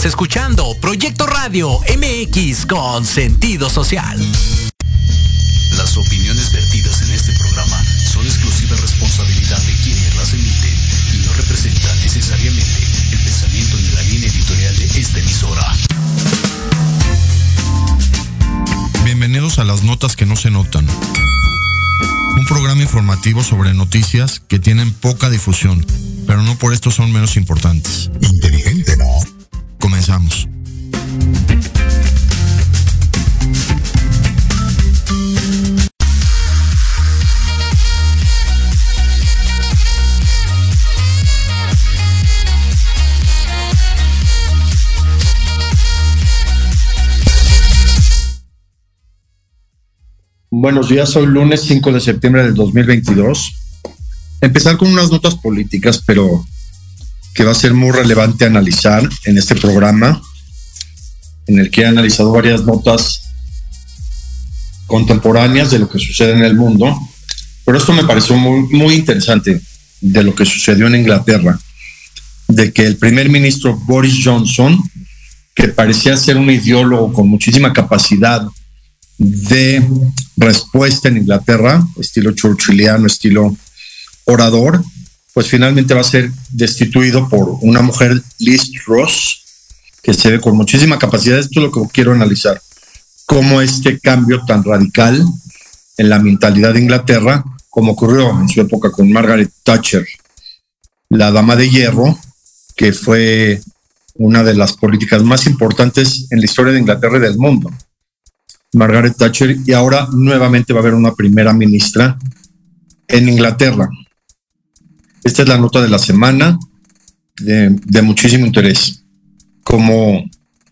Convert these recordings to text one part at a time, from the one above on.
Estás escuchando Proyecto Radio MX con sentido social. Las opiniones vertidas en este programa son exclusiva responsabilidad de quienes las emiten y no representan necesariamente el pensamiento ni la línea editorial de esta emisora. Bienvenidos a Las Notas que no se notan. Un programa informativo sobre noticias que tienen poca difusión, pero no por esto son menos importantes. Inteligente, ¿no? Comenzamos. Buenos días, hoy lunes 5 de septiembre del 2022. Empezar con unas notas políticas, pero que va a ser muy relevante analizar en este programa, en el que he analizado varias notas contemporáneas de lo que sucede en el mundo. Pero esto me pareció muy interesante, de lo que sucedió en Inglaterra, de que el primer ministro Boris Johnson, que parecía ser un ideólogo con muchísima capacidad de respuesta en Inglaterra, estilo churchilliano, estilo orador, pues finalmente va a ser destituido por una mujer, Liz Truss, que se ve con muchísima capacidad. Esto es lo que quiero analizar, cómo este cambio tan radical en la mentalidad de Inglaterra, como ocurrió en su época con Margaret Thatcher, la dama de hierro, que fue una de las políticas más importantes en la historia de Inglaterra y del mundo. Margaret Thatcher, y ahora nuevamente va a haber una primera ministra en Inglaterra. Esta es la nota de la semana, de muchísimo interés. ¿Cómo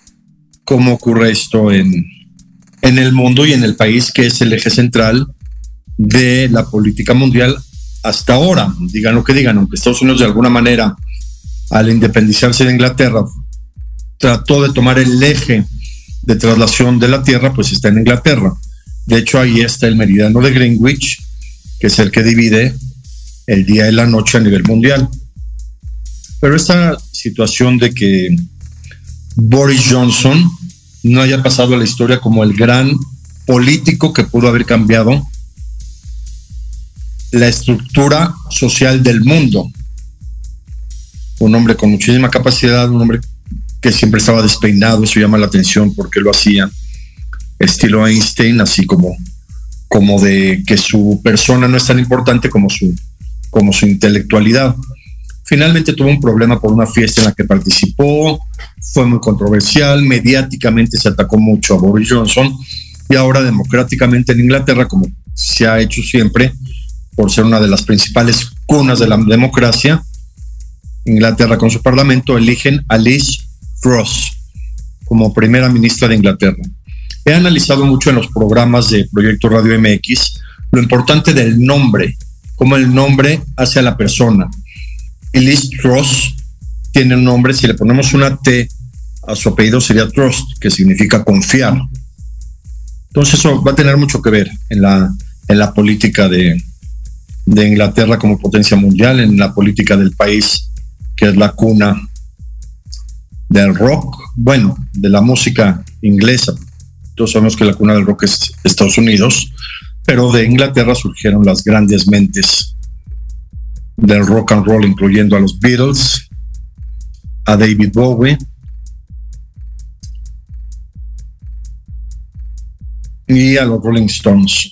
ocurre esto en el mundo y en el país, que es el eje central de la política mundial hasta ahora? Digan lo que digan, aunque Estados Unidos de alguna manera, al independizarse de Inglaterra, trató de tomar el eje de traslación de la Tierra, pues está en Inglaterra. De hecho, ahí está el meridiano de Greenwich, que es el que divide el día y la noche a nivel mundial. Pero esta situación de que Boris Johnson no haya pasado a la historia como el gran político que pudo haber cambiado la estructura social del mundo. Un hombre con muchísima capacidad, un hombre que siempre estaba despeinado, eso llama la atención porque lo hacía estilo Einstein, así como de que su persona no es tan importante como su intelectualidad. Finalmente tuvo un problema por una fiesta en la que participó, fue muy controversial, mediáticamente se atacó mucho a Boris Johnson, y ahora democráticamente en Inglaterra, como se ha hecho siempre, por ser una de las principales cunas de la democracia, Inglaterra con su parlamento eligen a Liz Truss como primera ministra de Inglaterra. He analizado mucho en los programas de Proyecto Radio MX lo importante del nombre, cómo el nombre hace a la persona. Y Liz Truss tiene un nombre, si le ponemos una T a su apellido sería Trust, que significa confiar. Entonces eso va a tener mucho que ver en la política de Inglaterra como potencia mundial, en la política del país, que es la cuna del rock, bueno, de la música inglesa. Todos sabemos que la cuna del rock es Estados Unidos, pero de Inglaterra surgieron las grandes mentes del rock and roll, incluyendo a los Beatles, a David Bowie y a los Rolling Stones.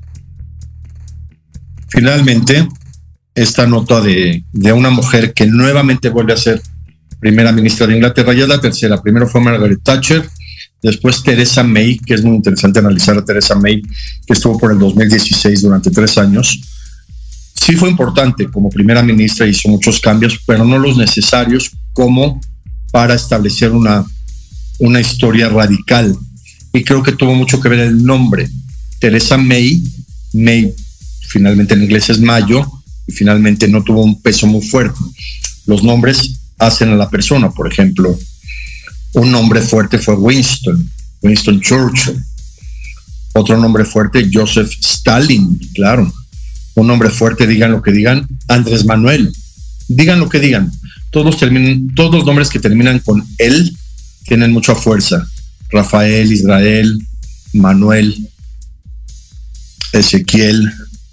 Finalmente, esta nota de una mujer que nuevamente vuelve a ser primera ministra de Inglaterra, ya es la tercera. Primero fue Margaret Thatcher, después Theresa May, que es muy interesante analizar a Theresa May, que estuvo por el 2016 durante 3 años. Sí fue importante como primera ministra, hizo muchos cambios, pero no los necesarios como para establecer una historia radical. Y creo que tuvo mucho que ver el nombre. Theresa May finalmente en inglés es Mayo, y finalmente no tuvo un peso muy fuerte. Los nombres hacen a la persona. Por ejemplo, un nombre fuerte fue Winston Churchill. Otro nombre fuerte, Joseph Stalin, claro. Un nombre fuerte, digan lo que digan, Andrés Manuel. Digan lo que digan. Todos los nombres que terminan con él tienen mucha fuerza. Rafael, Israel, Manuel, Ezequiel,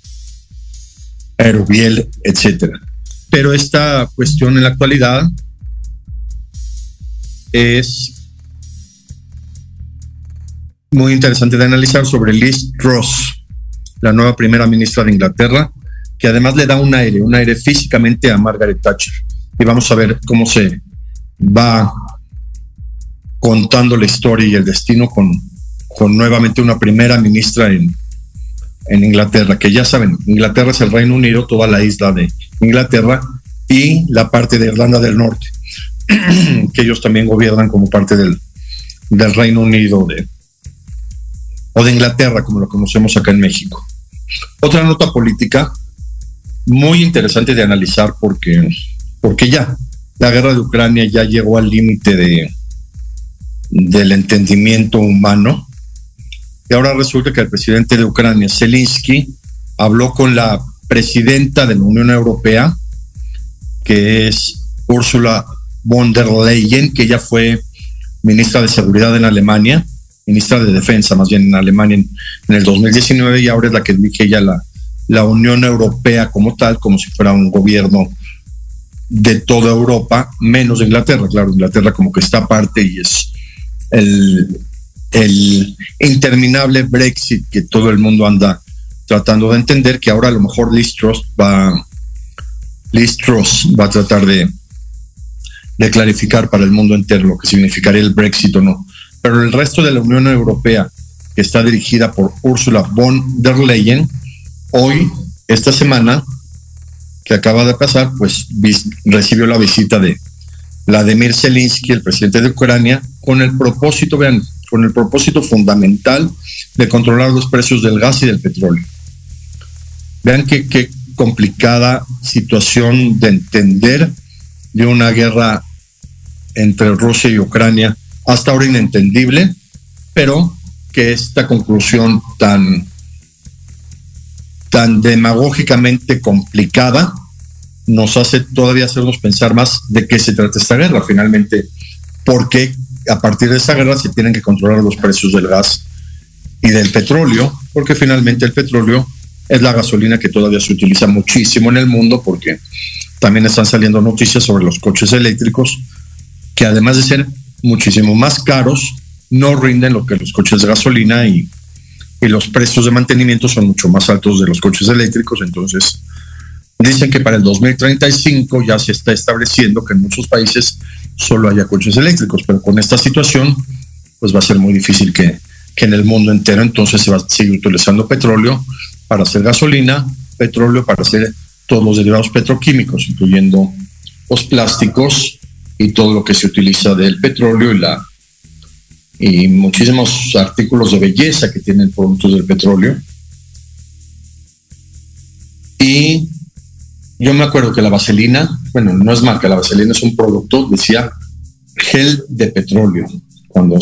Erubiel, etcétera. Pero esta cuestión en la actualidad es muy interesante de analizar sobre Liz Truss, la nueva primera ministra de Inglaterra, que además le da un aire físicamente a Margaret Thatcher. Y vamos a ver cómo se va contando la historia y el destino con nuevamente una primera ministra en Inglaterra, que ya saben, Inglaterra es el Reino Unido, toda la isla de Inglaterra y la parte de Irlanda del Norte, que ellos también gobiernan como parte del Reino Unido o de Inglaterra, como lo conocemos acá en México. Otra nota política muy interesante de analizar porque ya la guerra de Ucrania ya llegó al límite del entendimiento humano. Y ahora resulta que el presidente de Ucrania, Zelensky, habló con la presidenta de la Unión Europea, que es Ursula von der Leyen, que ella fue ministra de Seguridad en Alemania, ministra de Defensa más bien en Alemania en el 2019, y ahora es la que dirige ella la Unión Europea como tal, como si fuera un gobierno de toda Europa, menos de Inglaterra. Claro, Inglaterra como que está aparte y es el interminable Brexit que todo el mundo anda tratando de entender, que ahora a lo mejor Liz Truss va a tratar de clarificar para el mundo entero lo que significaría el Brexit o no. Pero el resto de la Unión Europea, que está dirigida por Ursula von der Leyen, hoy, esta semana que acaba de pasar, pues recibió la visita de Vladimir Zelensky, el presidente de Ucrania, con el propósito fundamental de controlar los precios del gas y del petróleo. Vean qué complicada situación de entender de una guerra entre Rusia y Ucrania, hasta ahora inentendible, pero que esta conclusión tan demagógicamente complicada nos hace todavía hacernos pensar más de qué se trata esta guerra finalmente, porque a partir de esta guerra se tienen que controlar los precios del gas y del petróleo, porque finalmente el petróleo es la gasolina que todavía se utiliza muchísimo en el mundo, porque también están saliendo noticias sobre los coches eléctricos, que además de ser muchísimo más caros, no rinden lo que los coches de gasolina, y los precios de mantenimiento son mucho más altos de los coches eléctricos. Entonces dicen que para el 2035 ya se está estableciendo que en muchos países solo haya coches eléctricos, pero con esta situación pues va a ser muy difícil que en el mundo entero entonces se va a seguir utilizando petróleo para hacer gasolina, petróleo para hacer todos los derivados petroquímicos, incluyendo los plásticos y todo lo que se utiliza del petróleo y muchísimos artículos de belleza que tienen productos del petróleo. Y yo me acuerdo que la vaselina, bueno, no es marca, la vaselina es un producto, decía gel de petróleo, cuando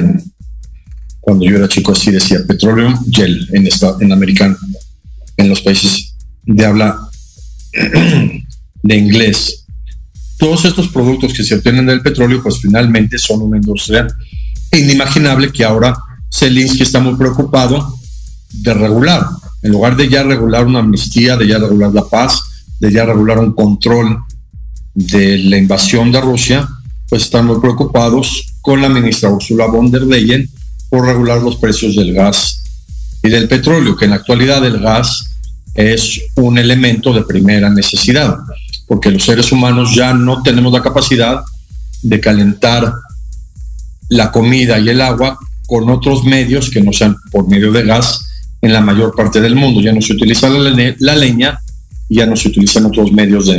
yo era chico, así decía petroleum gel en americano, en los países de habla de inglés. Todos estos productos que se obtienen del petróleo, pues finalmente son una industria inimaginable que ahora Zelensky está muy preocupado de regular. En lugar de ya regular una amnistía, de ya regular la paz, de ya regular un control de la invasión de Rusia, pues están muy preocupados con la ministra Ursula von der Leyen por regular los precios del gas y del petróleo, que en la actualidad el gas es un elemento de primera necesidad, porque los seres humanos ya no tenemos la capacidad de calentar la comida y el agua con otros medios que no sean por medio de gas en la mayor parte del mundo. Ya no se utiliza la leña, ya no se utilizan otros medios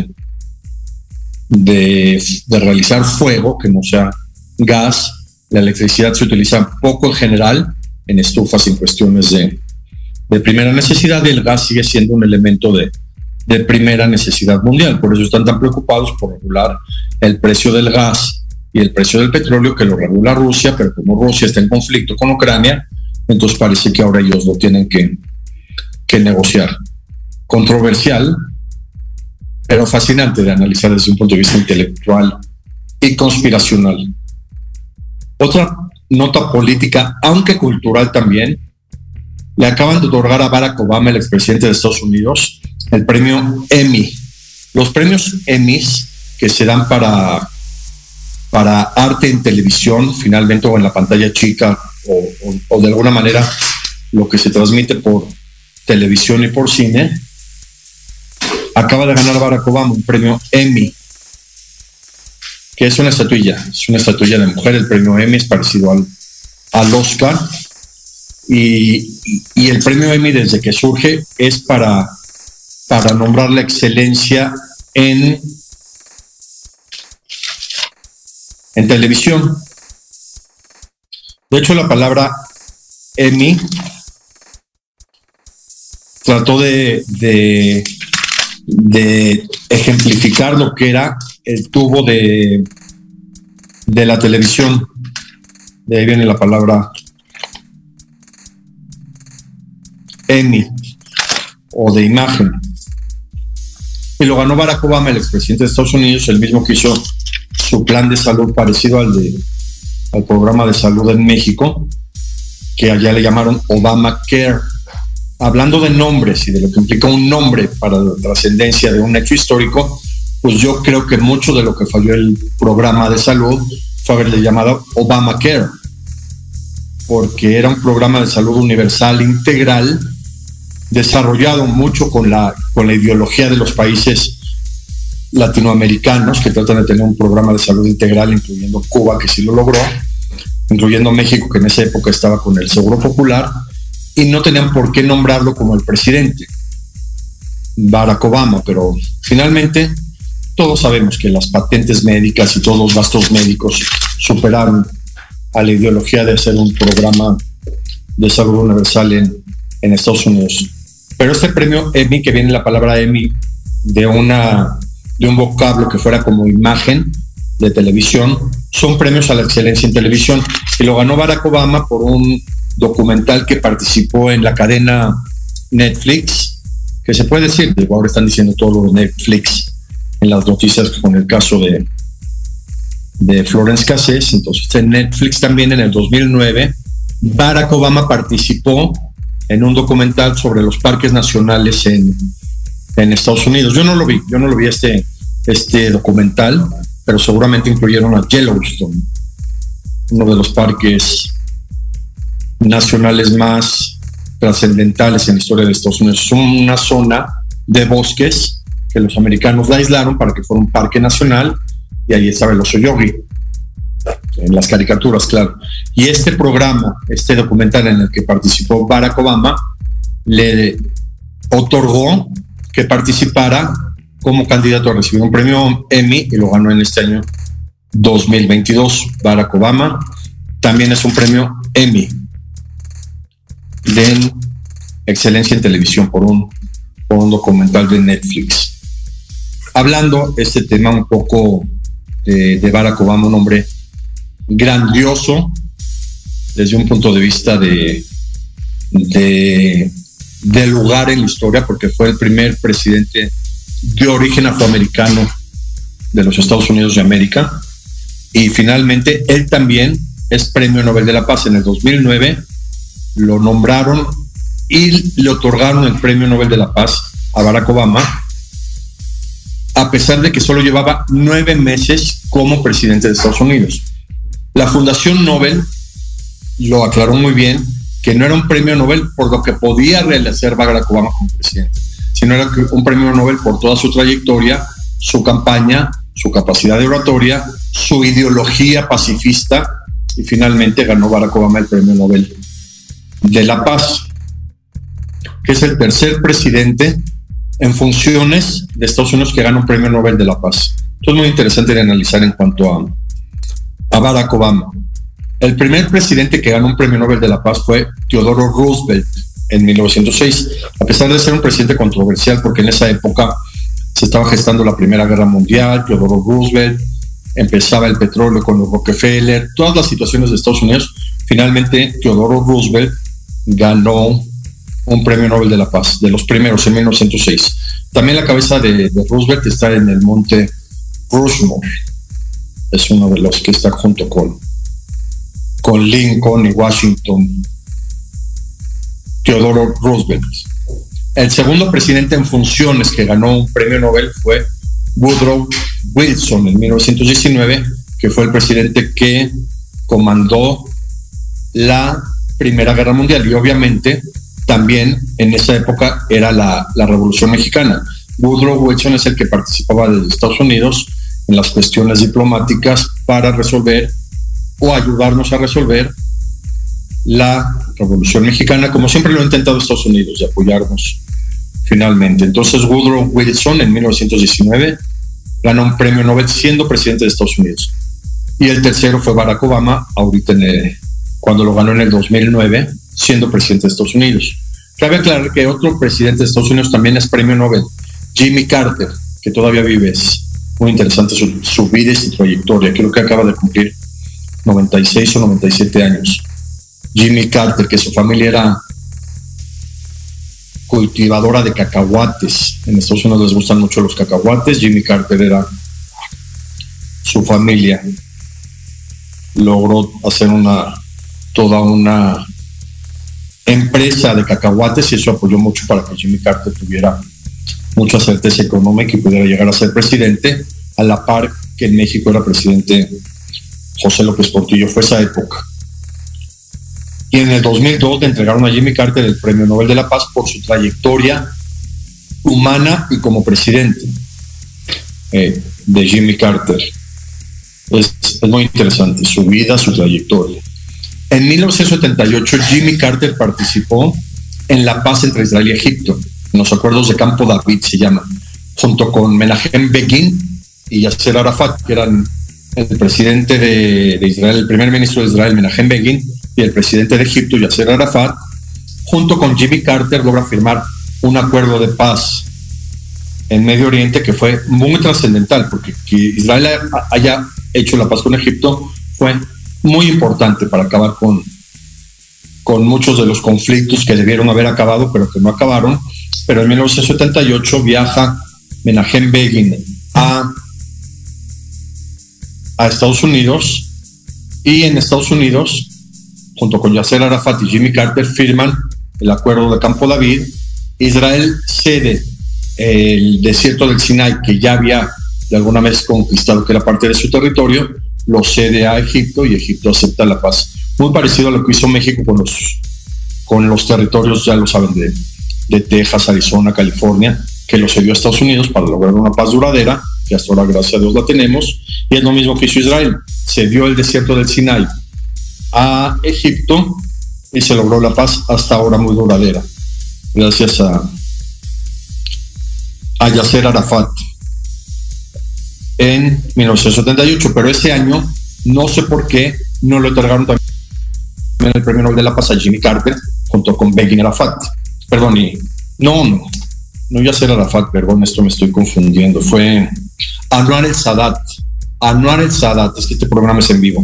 de realizar fuego que no sea gas. La electricidad se utiliza poco en general en estufas y en cuestiones de primera necesidad, y el gas sigue siendo un elemento de primera necesidad mundial. Por eso están tan preocupados por regular el precio del gas y el precio del petróleo, que lo regula Rusia, pero como Rusia está en conflicto con Ucrania, entonces parece que ahora ellos lo tienen que negociar. Controversial, pero fascinante de analizar desde un punto de vista intelectual y conspiracional. Otra nota política, aunque cultural también, le acaban de otorgar a Barack Obama, el expresidente de Estados Unidos, el premio Emmy. Los premios Emmys que se dan para arte en televisión, finalmente, o en la pantalla chica, o de alguna manera lo que se transmite por televisión y por cine, acaba de ganar Barack Obama un premio Emmy, que es una estatuilla de mujer. El premio Emmy es parecido al Oscar, y el premio Emmy, desde que surge, es para nombrar la excelencia en televisión. De hecho, la palabra Emmy trató de ejemplificar lo que era el tubo de la televisión. De ahí viene la palabra Emmy, o de imagen. Y lo ganó Barack Obama, el expresidente de Estados Unidos, el mismo que hizo su plan de salud parecido al programa de salud en México, que allá le llamaron Obamacare. Hablando de nombres y de lo que implica un nombre para la trascendencia de un hecho histórico, pues yo creo que mucho de lo que falló el programa de salud fue haberle llamado Obamacare, porque era un programa de salud universal, integral, desarrollado mucho con la ideología de los países latinoamericanos, que tratan de tener un programa de salud integral, incluyendo Cuba, que sí lo logró, incluyendo México, que en esa época estaba con el Seguro Popular, y no tenían por qué nombrarlo como el presidente Barack Obama. Pero finalmente todos sabemos que las patentes médicas y todos los gastos médicos superaron a la ideología de hacer un programa de salud universal en Estados Unidos. Pero este premio Emmy, que viene la palabra Emmy de un vocablo que fuera como imagen de televisión, son premios a la excelencia en televisión, y lo ganó Barack Obama por un documental que participó en la cadena Netflix, que se puede decir, ahora están diciendo todo lo de Netflix en las noticias con el caso de Florence Cassés. Entonces, en Netflix también, en el 2009, Barack Obama participó en un documental sobre los parques nacionales en Estados Unidos. Yo no lo vi este documental, pero seguramente incluyeron a Yellowstone, uno de los parques nacionales más trascendentales en la historia de Estados Unidos. Es una zona de bosques que los americanos la aislaron para que fuera un parque nacional, y ahí estaba el oso Yogi, en las caricaturas, claro. Y este programa, este documental en el que participó Barack Obama, le otorgó que participara como candidato a recibir un premio Emmy, y lo ganó en este año 2022. Barack Obama también es un premio Emmy de excelencia en televisión por un documental de Netflix. Hablando este tema un poco de Barack Obama, un hombre grandioso desde un punto de vista de lugar en la historia, porque fue el primer presidente de origen afroamericano de los Estados Unidos de América, y finalmente él también es Premio Nobel de la Paz. En el 2009 lo nombraron y le otorgaron el Premio Nobel de la Paz a Barack Obama, a pesar de que solo llevaba 9 meses como presidente de Estados Unidos. La Fundación Nobel lo aclaró muy bien, que no era un premio Nobel por lo que podía realizar Barack Obama como presidente, sino era un premio Nobel por toda su trayectoria, su campaña, su capacidad de oratoria, su ideología pacifista, y finalmente ganó Barack Obama el Premio Nobel de la Paz, que es el tercer presidente en funciones de Estados Unidos que gana un Premio Nobel de la Paz. Esto es muy interesante de analizar en cuanto a Barack Obama. El primer presidente que ganó un Premio Nobel de la Paz fue Theodore Roosevelt en 1906, a pesar de ser un presidente controversial, porque en esa época se estaba gestando la Primera Guerra Mundial. Theodore Roosevelt, empezaba el petróleo con los Rockefeller, todas las situaciones de Estados Unidos. Finalmente, Theodore Roosevelt ganó un Premio Nobel de la Paz, de los primeros, en 1906. También la cabeza de Roosevelt está en el monte Rushmore, es uno de los que está junto con con Lincoln y Washington, Theodore Roosevelt. El segundo presidente en funciones que ganó un premio Nobel fue Woodrow Wilson en 1919, que fue el presidente que comandó la Primera Guerra Mundial, y obviamente también en esa época era la Revolución Mexicana. Woodrow Wilson es el que participaba desde Estados Unidos en las cuestiones diplomáticas para resolver o ayudarnos a resolver la Revolución Mexicana, como siempre lo ha intentado Estados Unidos, de apoyarnos finalmente. Entonces Woodrow Wilson en 1919 ganó un premio Nobel siendo presidente de Estados Unidos. Y el tercero fue Barack Obama, ahorita cuando lo ganó en el 2009, siendo presidente de Estados Unidos. Cabe aclarar que otro presidente de Estados Unidos también es premio Nobel, Jimmy Carter, que todavía vive. Es muy interesante su vida y su trayectoria. Creo que acaba de cumplir 96 o 97 años. Jimmy Carter, que su familia era cultivadora de cacahuates. En Estados Unidos les gustan mucho los cacahuates. Jimmy Carter era su familia. Logró hacer toda una empresa de cacahuates, y eso apoyó mucho para que Jimmy Carter tuviera mucha certeza económica y pudiera llegar a ser presidente, a la par que en México era presidente José López Portillo. Fue esa época. Y en el 2002 le entregaron a Jimmy Carter el Premio Nobel de la Paz por su trayectoria humana y como presidente de Jimmy Carter. Es muy interesante su vida, su trayectoria. En 1978 Jimmy Carter participó en la paz entre Israel y Egipto, en los acuerdos de Campo David se llaman, junto con Menachem Begin y Yasser Arafat, que eran el presidente de Israel, el primer ministro de Israel, Menachem Begin, y el presidente de Egipto, Yasser Arafat. Junto con Jimmy Carter logra firmar un acuerdo de paz en Medio Oriente que fue muy trascendental, porque que Israel haya hecho la paz con Egipto fue muy importante para acabar con muchos de los conflictos que debieron haber acabado, pero que no acabaron. Pero en 1978 viaja Menachem Begin a Estados Unidos, y en Estados Unidos, junto con Yasser Arafat y Jimmy Carter, firman el acuerdo de Campo David. Israel cede el desierto del Sinai, que ya había de alguna vez conquistado, que era parte de su territorio, lo cede a Egipto, y Egipto acepta la paz. Muy parecido a lo que hizo México con los territorios, ya lo saben, de Texas, Arizona, California, que lo cedió a Estados Unidos para lograr una paz duradera, que hasta ahora, gracias a Dios, la tenemos. Y es lo mismo que hizo Israel, cedió el desierto del Sinai a Egipto y se logró la paz hasta ahora muy duradera, gracias a Yasser Arafat en 1978. Pero ese año, no sé por qué, no le otorgaron también el Premio Nobel de la Paz a Jimmy Carter junto con Begin Arafat. Perdón, no Yasser Arafat, perdón, esto me estoy confundiendo. Fue Anwar el Sadat, es que este programa es en vivo.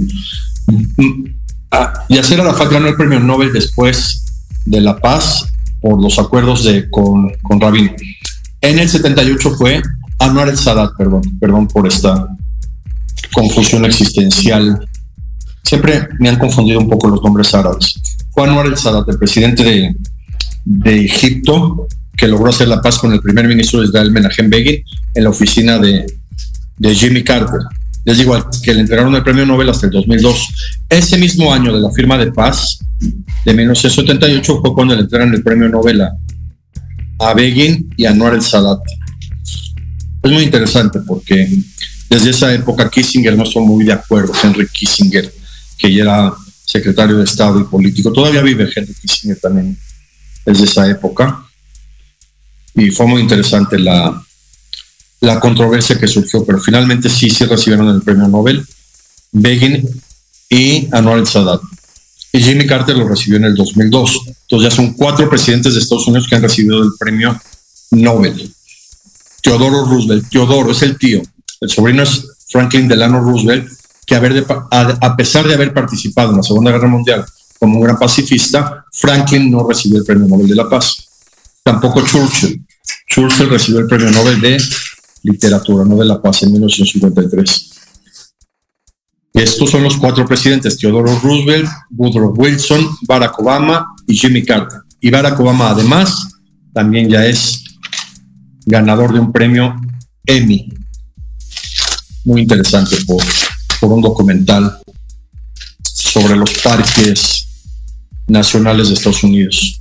Yasser Arafat ganó el Premio Nobel después de la paz por los acuerdos con Rabin. En el 78 fue Anwar el Sadat, perdón por esta confusión existencial. Siempre me han confundido un poco los nombres árabes. Fue Anwar el Sadat, el presidente de Egipto, que logró hacer la paz con el primer ministro de Israel, Menachem Begin, en la oficina de Jimmy Carter. Les digo que le entregaron el Premio Nobel hasta el 2002. Ese mismo año de la firma de paz, de 1978, fue cuando le entregaron el Premio Nobel a Begin y a Anwar el Sadat. Es muy interesante porque desde esa época Kissinger no estuvo muy de acuerdo. Henry Kissinger, que ya era secretario de Estado y político, todavía vive Henry Kissinger también desde esa época, y fue muy interesante la controversia que surgió, pero finalmente sí recibieron el Premio Nobel Begin y Anwar el Sadat, y Jimmy Carter lo recibió en el 2002. Entonces ya son 4 presidentes de Estados Unidos que han recibido el Premio Nobel. Teodoro Roosevelt, Teodoro es el tío, el sobrino es Franklin Delano Roosevelt, que a pesar de haber participado en la Segunda Guerra Mundial como un gran pacifista, Franklin no recibió el Premio Nobel de la Paz. Tampoco Churchill. Churchill recibió el Premio Nobel de Literatura, no de la Paz, en 1953. Estos son los 4 presidentes: Theodore Roosevelt, Woodrow Wilson, Barack Obama y Jimmy Carter. Y Barack Obama, además, también ya es ganador de un premio Emmy. Muy interesante por un documental sobre los parques nacionales de Estados Unidos.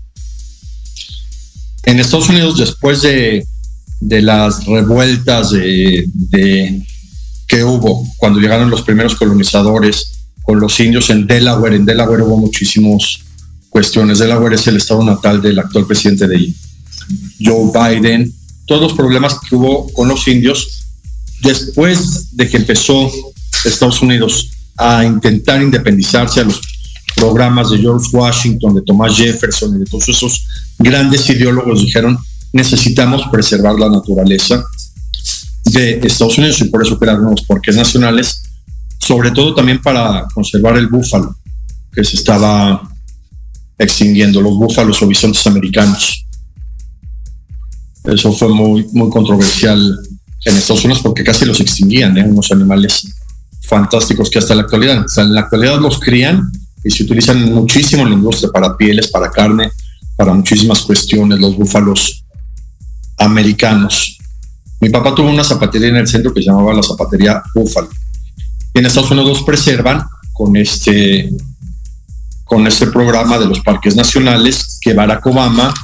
En Estados Unidos, después de las revueltas que hubo cuando llegaron los primeros colonizadores con los indios en Delaware hubo muchísimas cuestiones. Delaware es el estado natal del actual presidente de Joe Biden. Todos los problemas que hubo con los indios, después de que empezó Estados Unidos a intentar independizarse, a los programas de George Washington, de Thomas Jefferson y de todos esos grandes ideólogos, dijeron: necesitamos preservar la naturaleza de Estados Unidos, y por eso crearon los parques nacionales, sobre todo también para conservar el búfalo, que se estaba extinguiendo, los búfalos o bisontes americanos. Eso fue muy, muy controversial en Estados Unidos porque casi los extinguían, unos animales fantásticos que hasta la actualidad, en la actualidad los crían y se utilizan muchísimo en la industria para pieles, para carne, para muchísimas cuestiones, los búfalos americanos. Mi papá tuvo una zapatería en el centro que se llamaba la Zapatería Búfalo. Y en Estados Unidos los preservan con este programa de los parques nacionales, que Barack Obama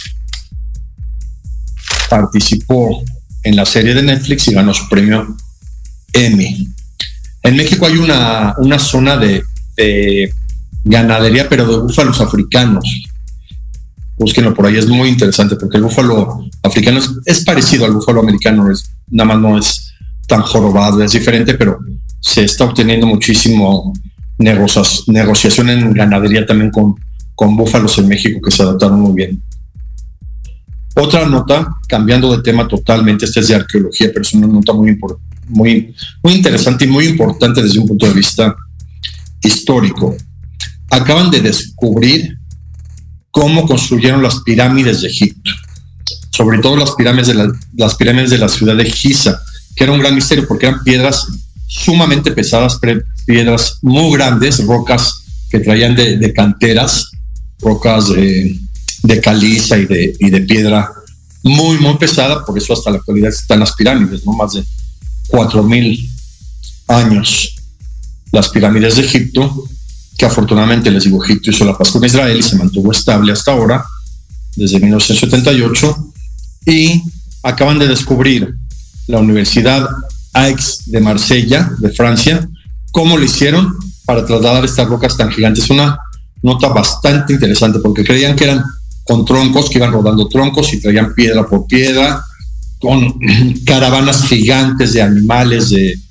participó en la serie de Netflix y ganó su premio Emmy. En México hay una zona de ganadería, pero de búfalos africanos. Búsquenlo por ahí, es muy interesante porque el búfalo africano es parecido al búfalo americano, nada más no es tan jorobado, es diferente, pero se está obteniendo muchísimo negociación en ganadería también con búfalos en México, que se adaptaron muy bien. Otra nota, cambiando de tema totalmente, esta es de arqueología, pero es una nota muy interesante y muy importante desde un punto de vista histórico. Acaban de descubrir cómo construyeron las pirámides de Egipto, sobre todo las pirámides de la ciudad de Giza, que era un gran misterio porque eran piedras sumamente pesadas, piedras muy grandes, rocas que traían de canteras, rocas de caliza y de piedra muy, muy pesada. Por eso hasta la actualidad están las pirámides, ¿no? Más de 4,000 años. Las pirámides de Egipto, que afortunadamente, les digo, Egipto hizo la paz con Israel y se mantuvo estable hasta ahora, desde 1978, y acaban de descubrir la Universidad Aix de Marsella, de Francia, cómo lo hicieron para trasladar estas rocas tan gigantes. Una nota bastante interesante porque creían que eran con troncos, que iban rodando troncos y traían piedra por piedra, con caravanas gigantes de animales,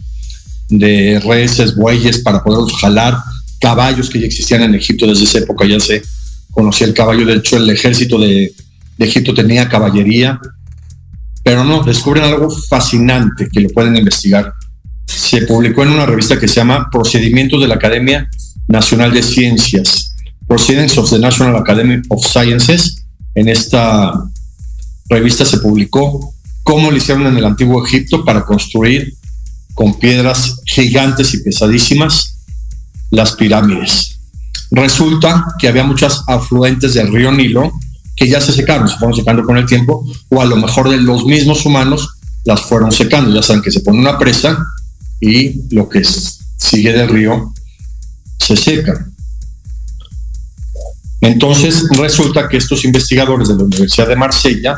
de reses, bueyes, para poderlos jalar, caballos que ya existían en Egipto desde esa época, ya se conocía el caballo. De hecho, el ejército de Egipto tenía caballería, pero no, descubren algo fascinante que lo pueden investigar. Se publicó en una revista que se llama Procedimientos de la Academia Nacional de Ciencias, Proceedings of the National Academy of Sciences. En esta revista se publicó cómo lo hicieron en el antiguo Egipto para construir con piedras gigantes y pesadísimas las pirámides. Resulta que había muchas afluentes del río Nilo que ya se secaron, se fueron secando con el tiempo, o a lo mejor de los mismos humanos las fueron secando. Ya saben que se pone una presa y lo que sigue del río se seca. Entonces resulta que estos investigadores de la Universidad de Marsella,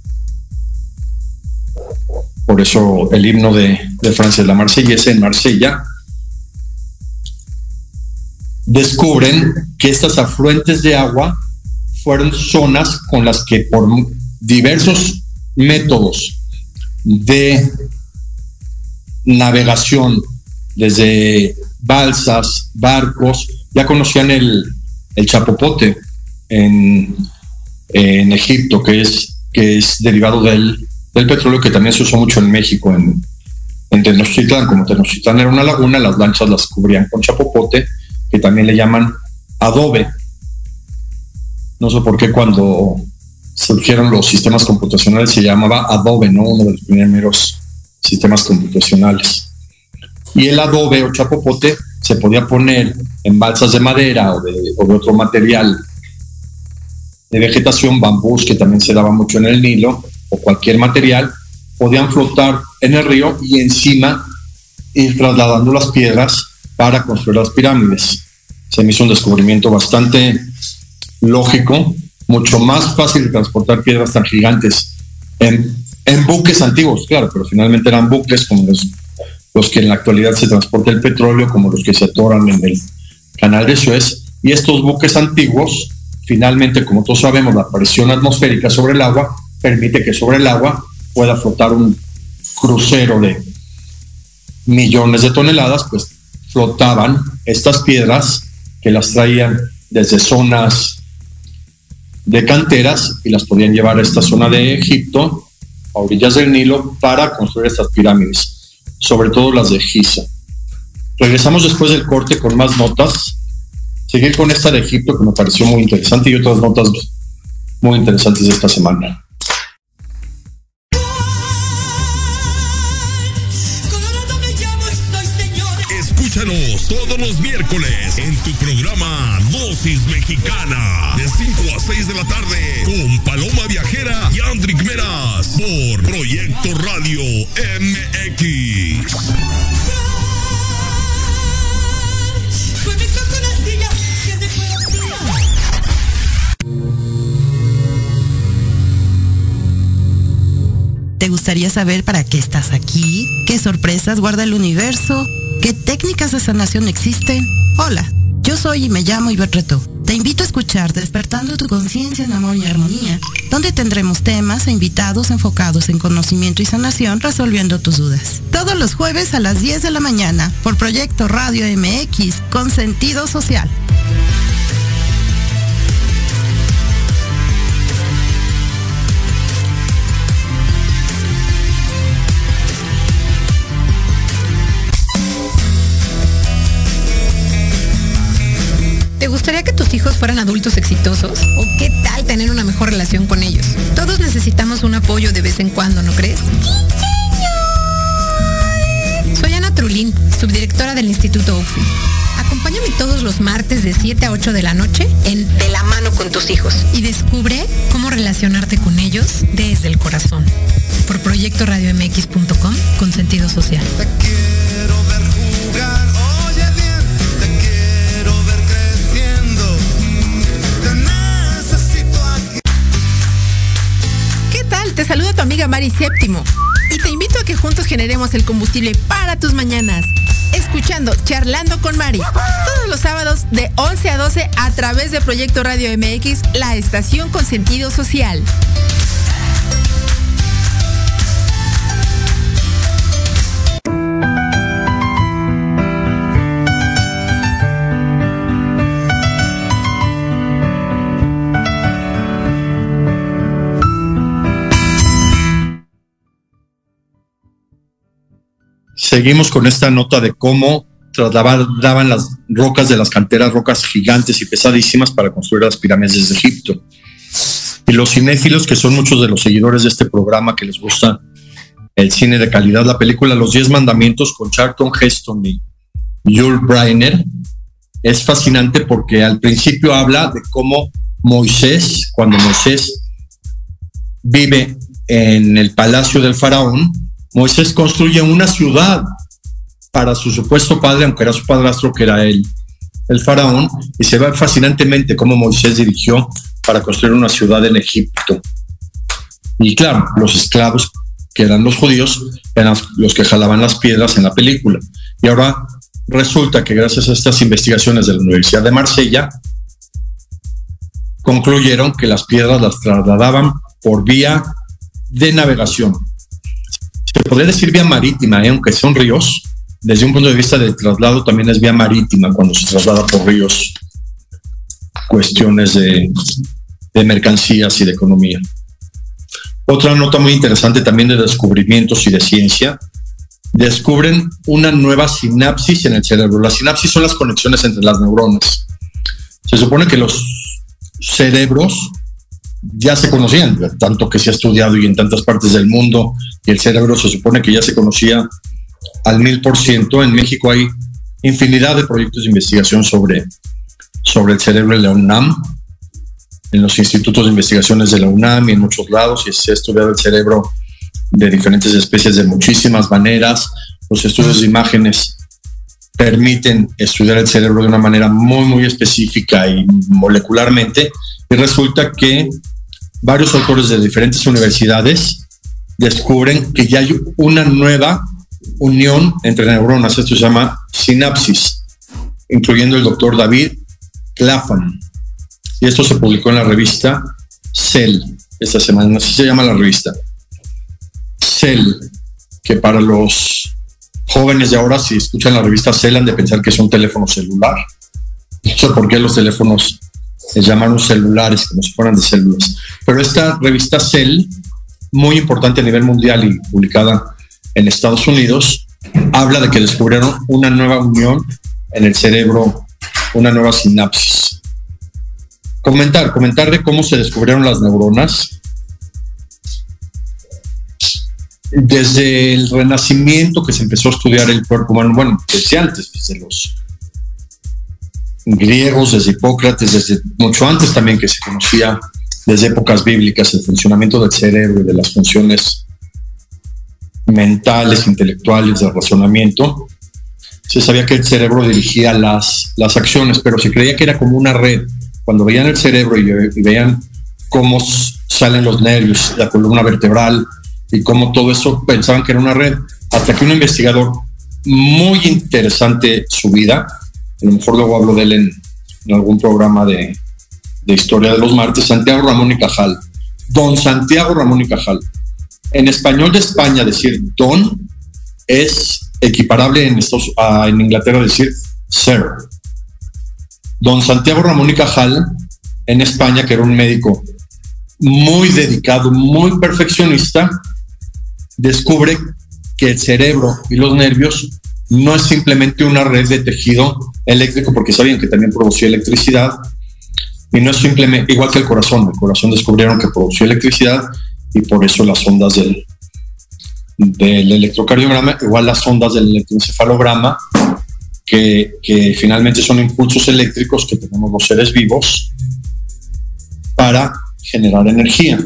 por eso el himno de Francia es la Marsellesa, en Marsella, descubren que estas afluentes de agua fueron zonas con las que por diversos métodos de navegación, desde balsas, barcos, ya conocían el chapopote en Egipto, que es derivado del petróleo, que también se usó mucho en México, en Tenochtitlán. Como Tenochtitlán era una laguna, las lanchas las cubrían con chapopote, que también le llaman adobe. No sé por qué cuando surgieron los sistemas computacionales se llamaba adobe, ¿no? Uno de los primeros sistemas computacionales. Y el adobe o chapopote se podía poner en balsas de madera o de otro material de vegetación, bambús, que también se daba mucho en el Nilo, o cualquier material, podían flotar en el río y encima ir trasladando las piedras para construir las pirámides. Se me hizo un descubrimiento bastante lógico, mucho más fácil de transportar piedras tan gigantes en buques antiguos, claro, pero finalmente eran buques como los que en la actualidad se transporta el petróleo, como los que se atoran en el canal de Suez, y estos buques antiguos, finalmente, como todos sabemos, la presión atmosférica sobre el agua permite que sobre el agua pueda flotar un crucero de millones de toneladas, pues flotaban estas piedras que las traían desde zonas de canteras y las podían llevar a esta zona de Egipto, a orillas del Nilo, para construir estas pirámides, sobre todo las de Giza. Regresamos después del corte con más notas. Seguir con esta de Egipto, que me pareció muy interesante, y otras notas muy interesantes de esta semana. Escúchanos todos los miércoles en tu programa Dosis Mexicana, de 5 a 6 de la tarde, con Paloma Viajera y Andrick Meras, por Proyecto Radio MX. ¿Te gustaría saber para qué estás aquí? ¿Qué sorpresas guarda el universo? ¿Qué técnicas de sanación existen? Hola, yo soy y me llamo Ivette Retó. Te invito a escuchar Despertando tu conciencia en amor y armonía, donde tendremos temas e invitados enfocados en conocimiento y sanación, resolviendo tus dudas. Todos los jueves a las 10 de la mañana, por Proyecto Radio MX, con sentido social. ¿Te gustaría que tus hijos fueran adultos exitosos? ¿O qué tal tener una mejor relación con ellos? Todos necesitamos un apoyo de vez en cuando, ¿no crees? Soy Ana Trulín, subdirectora del Instituto OCFI. Acompáñame todos los martes de 7 a 8 de la noche en De la mano con tus hijos y descubre cómo relacionarte con ellos desde el corazón. Por proyectoradiomx.com, con sentido social. Te quiero ver jugar, oye bien, te quiero ver creciendo, te necesito aquí. ¿Qué tal? Te saluda tu amiga Mari Séptimo y te invito a que juntos generemos el combustible para tus mañanas, escuchando Charlando con Mari, todos los sábados de 11 a 12 a través de Proyecto Radio MX, la estación con sentido social. Seguimos con esta nota de cómo trasladaban las rocas de las canteras, rocas gigantes y pesadísimas, para construir las pirámides de Egipto. Y los cinéfilos, que son muchos de los seguidores de este programa, que les gusta el cine de calidad, la película Los 10 Mandamientos con Charlton Heston y Yul Brynner, es fascinante porque al principio habla de cómo Moisés, cuando Moisés vive en el palacio del faraón, Moisés construye una ciudad para su supuesto padre, aunque era su padrastro, que era el faraón, y se ve fascinantemente cómo Moisés dirigió para construir una ciudad en Egipto. Y claro, los esclavos, que eran los judíos, eran los que jalaban las piedras en la película. Y ahora resulta que gracias a estas investigaciones de la Universidad de Marsella, concluyeron que las piedras las trasladaban por vía de navegación. Se podría decir vía marítima, aunque son ríos. Desde un punto de vista del traslado también es vía marítima cuando se traslada por ríos, cuestiones de mercancías y de economía. Otra nota muy interesante también de descubrimientos y de ciencia: descubren una nueva sinapsis en el cerebro. Las sinapsis son las conexiones entre las neuronas. Se supone que los cerebros ya se conocían, tanto que se ha estudiado y en tantas partes del mundo, y el cerebro se supone que ya se conocía al 1000%. En México hay infinidad de proyectos de investigación sobre el cerebro en la UNAM, en los institutos de investigaciones de la UNAM y en muchos lados, y se ha estudiado el cerebro de diferentes especies de muchísimas maneras. Los estudios de imágenes permiten estudiar el cerebro de una manera muy, muy específica y molecularmente, y resulta que varios autores de diferentes universidades descubren que ya hay una nueva unión entre neuronas. Esto se llama sinapsis, incluyendo el doctor David Clapham. Y esto se publicó en la revista Cell esta semana. Así se llama la revista Cell, que para los jóvenes de ahora, si escuchan la revista Cell, han de pensar que es un teléfono celular. No sé por qué los teléfonos les llamaron celulares, como si fueran de células. Pero esta revista Cell, muy importante a nivel mundial y publicada en Estados Unidos, habla de que descubrieron una nueva unión en el cerebro, una nueva sinapsis. Comentar de cómo se descubrieron las neuronas. Desde el Renacimiento, que se empezó a estudiar el cuerpo humano, bueno, desde antes, desde los griegos, desde Hipócrates, desde mucho antes también, que se conocía desde épocas bíblicas el funcionamiento del cerebro y de las funciones mentales, intelectuales, de razonamiento. Se sabía que el cerebro dirigía las acciones, pero se creía que era como una red. Cuando veían el cerebro y veían cómo salen los nervios, la columna vertebral y cómo todo eso, pensaban que era una red, hasta que un investigador muy interesante su vida, a lo mejor luego hablo de él en algún programa de historia de los martes, Santiago Ramón y Cajal, don Santiago Ramón y Cajal. En español de España decir don es equiparable en Inglaterra decir sir. Don Santiago Ramón y Cajal, en España, que era un médico muy dedicado, muy perfeccionista, descubre que el cerebro y los nervios no es simplemente una red de tejido eléctrico, porque sabían que también producía electricidad, y no es simplemente igual que el corazón descubrieron que producía electricidad, y por eso las ondas del electrocardiograma, igual las ondas del electroencefalograma, que finalmente son impulsos eléctricos que tenemos los seres vivos para generar energía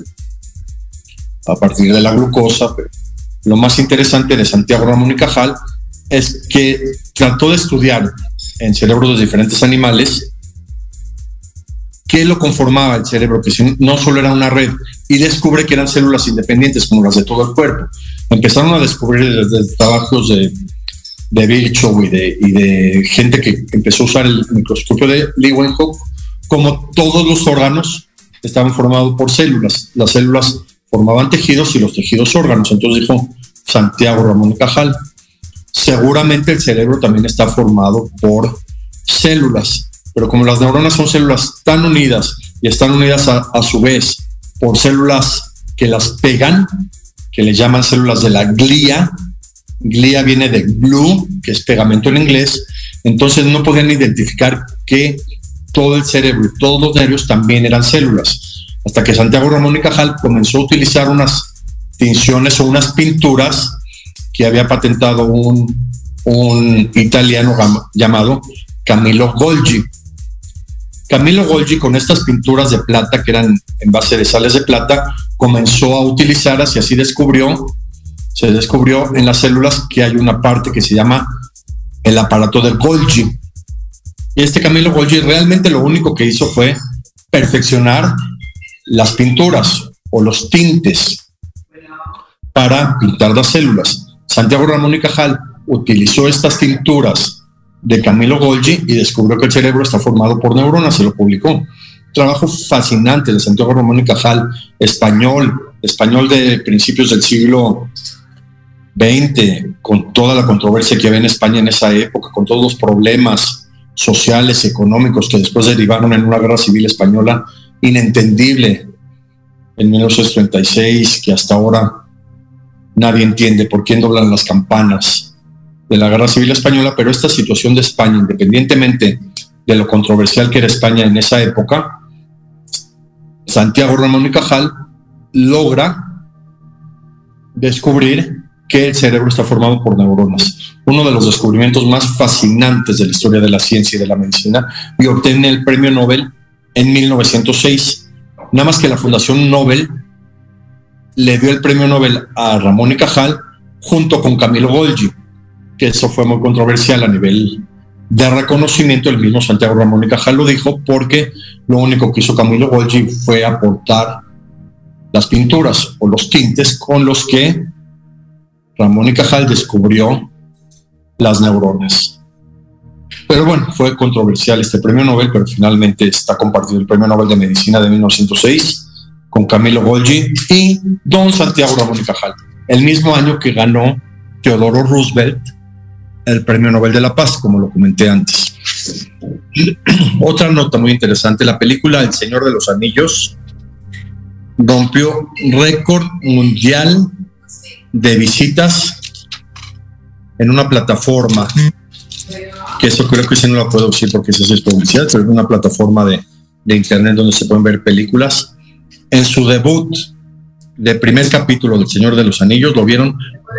a partir de la glucosa. Pero lo más interesante de Santiago Ramón y Cajal es que trató de estudiar en cerebros de diferentes animales qué lo conformaba el cerebro, que no solo era una red, y descubre que eran células independientes como las de todo el cuerpo. Empezaron a descubrir desde trabajos de Virchow y de gente que empezó a usar el microscopio de Leeuwenhoek, como todos los órganos estaban formados por células. Las células formaban tejidos y los tejidos órganos. Entonces dijo Santiago Ramón y Cajal, seguramente el cerebro también está formado por células, pero como las neuronas son células tan unidas y están unidas a su vez por células que las pegan, que le llaman células de la glía. Glía viene de glue, que es pegamento en inglés. Entonces no podían identificar que todo el cerebro y todos los nervios también eran células, hasta que Santiago Ramón y Cajal comenzó a utilizar unas tinciones o unas pinturas que había patentado un italiano llamado Camillo Golgi. Camillo Golgi, con estas pinturas de plata que eran en base de sales de plata, comenzó a utilizarlas, y así se descubrió en las células que hay una parte que se llama el aparato de Golgi. Y este Camillo Golgi realmente lo único que hizo fue perfeccionar las pinturas o los tintes para pintar las células. Santiago Ramón y Cajal utilizó estas tinturas de Camillo Golgi y descubrió que el cerebro está formado por neuronas. Se lo publicó. Trabajo fascinante de Santiago Ramón y Cajal, español de principios del siglo XX, con toda la controversia que había en España en esa época, con todos los problemas sociales, económicos que después derivaron en una guerra civil española inentendible en 1936, que hasta ahora nadie entiende por quién doblan las campanas de la guerra civil española. Pero esta situación de España, independientemente de lo controversial que era España en esa época, Santiago Ramón y Cajal logra descubrir que el cerebro está formado por neuronas. uno de los descubrimientos más fascinantes de la historia de la ciencia y de la medicina, y obtiene el premio Nobel en 1906. Nada más que la Fundación Nobel le dio el premio Nobel a Ramón y Cajal junto con Camilo Golgi, que eso fue muy controversial a nivel de reconocimiento. El mismo Santiago Ramón y Cajal lo dijo, porque lo único que hizo Camilo Golgi fue aportar las pinturas o los tintes con los que Ramón y Cajal descubrió las neuronas. Pero bueno, fue controversial este premio Nobel, pero finalmente está compartido el premio Nobel de Medicina de 1906 con Camilo Golgi y don Santiago Ramón y Cajal, el mismo año que ganó Teodoro Roosevelt el premio Nobel de la Paz, como lo comenté antes. Otra nota muy interesante: la película El Señor de los Anillos rompió récord mundial de visitas en una plataforma, que eso creo que sí no la puedo decir porque eso es publicidad, pero es una plataforma de internet donde se pueden ver películas. En su debut de primer capítulo del Señor de los Anillos lo vieron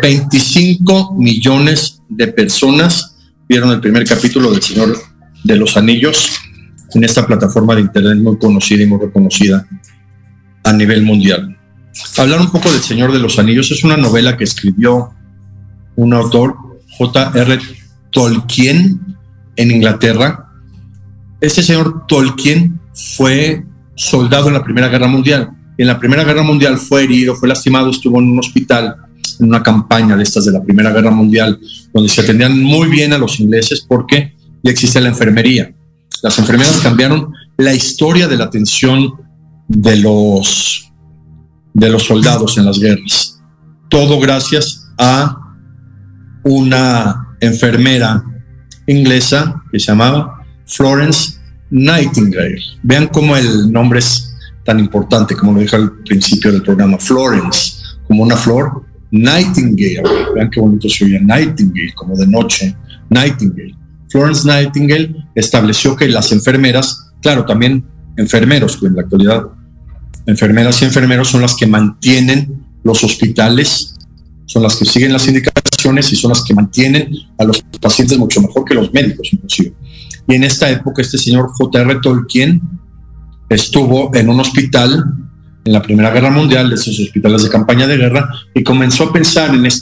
25 millones de personas, vieron el primer capítulo del Señor de los Anillos en esta plataforma de internet muy conocida y muy reconocida a nivel mundial. Hablar un poco del Señor de los Anillos: es una novela que escribió un autor, J.R. Tolkien, en Inglaterra. Este señor Tolkien fue soldado en la Primera Guerra Mundial. En la Primera Guerra Mundial fue herido, fue lastimado, estuvo en un hospital, en una campaña de estas de la Primera Guerra Mundial, donde se atendían muy bien a los ingleses porque ya existe la enfermería. Las enfermeras cambiaron la historia de la atención de los soldados en las guerras. Todo gracias a una enfermera inglesa que se llamaba Florence Nightingale. Vean cómo el nombre es tan importante, como lo dije al principio del programa. Florence, como una flor. Nightingale, vean qué bonito se oye, Nightingale, como de noche. Nightingale. Florence Nightingale estableció que las enfermeras, claro, también enfermeros, que en la actualidad enfermeras y enfermeros son las que mantienen los hospitales, son las que siguen las indicaciones y son las que mantienen a los pacientes mucho mejor que los médicos, inclusive. Y en esta época este señor J.R. Tolkien estuvo en un hospital en la Primera Guerra Mundial, de esos hospitales de campaña de guerra, y comenzó a pensar en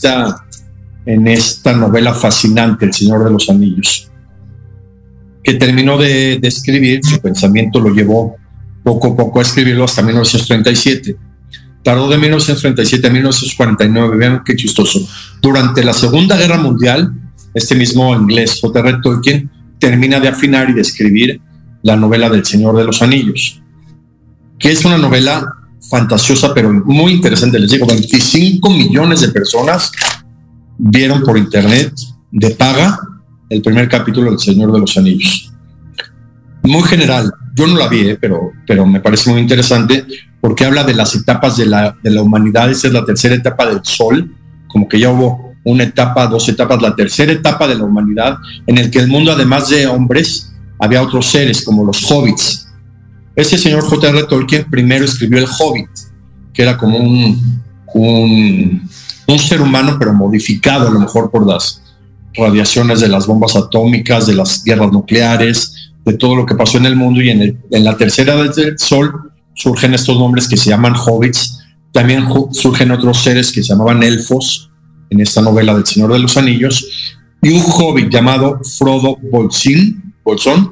esta novela fascinante, El Señor de los Anillos, que terminó de escribir. Su pensamiento lo llevó poco a poco a escribirlo hasta 1937. Tardó de 1937 a 1949, vean qué chistoso. Durante la Segunda Guerra Mundial, este mismo inglés, J.R. Tolkien, termina de afinar y de escribir la novela del Señor de los Anillos, que es una novela fantasiosa pero muy interesante. Les digo, 25 millones de personas vieron por internet de paga el primer capítulo del Señor de los Anillos. Muy general, yo no la vi, pero me parece muy interesante porque habla de las etapas de la humanidad. Esta es la tercera etapa del Sol, como que ya hubo una etapa, dos etapas, la tercera etapa de la humanidad, en el que el mundo, además de hombres, había otros seres como los hobbits. Ese señor J.R. Tolkien primero escribió el Hobbit, que era como un ser humano, pero modificado a lo mejor por las radiaciones de las bombas atómicas, de las guerras nucleares, de todo lo que pasó en el mundo. Y en la tercera edad del Sol surgen estos nombres que se llaman hobbits. También surgen otros seres que se llamaban elfos en esta novela del Señor de los Anillos, y un hobbit llamado Frodo Bolsón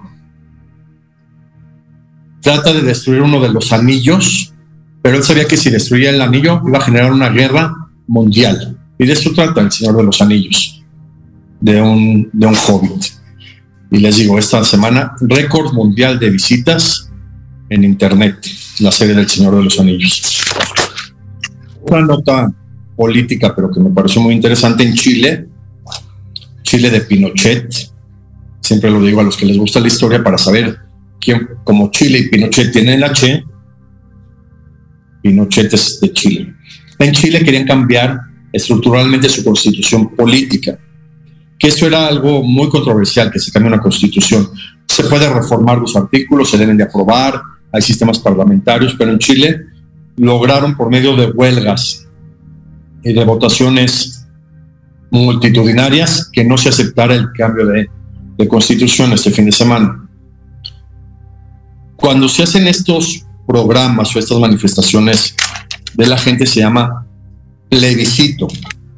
trata de destruir uno de los anillos, pero él sabía que si destruía el anillo iba a generar una guerra mundial, y de eso trata El Señor de los Anillos, de un hobbit. Y les digo, esta semana récord mundial de visitas en internet, la serie del Señor de los Anillos. Una nota política, pero que me pareció muy interesante: en Chile de Pinochet. Siempre lo digo a los que les gusta la historia para saber quién, como Chile y Pinochet tienen la Che, Pinochet es de Chile. En Chile querían cambiar estructuralmente su constitución política, que esto era algo muy controversial, que se cambie una constitución. Se puede reformar los artículos, se deben de aprobar, hay sistemas parlamentarios, pero en Chile lograron, por medio de huelgas y de votaciones multitudinarias que no se aceptara el cambio de constitución este fin de semana. Cuando se hacen estos programas o estas manifestaciones de la gente, se llama plebiscito,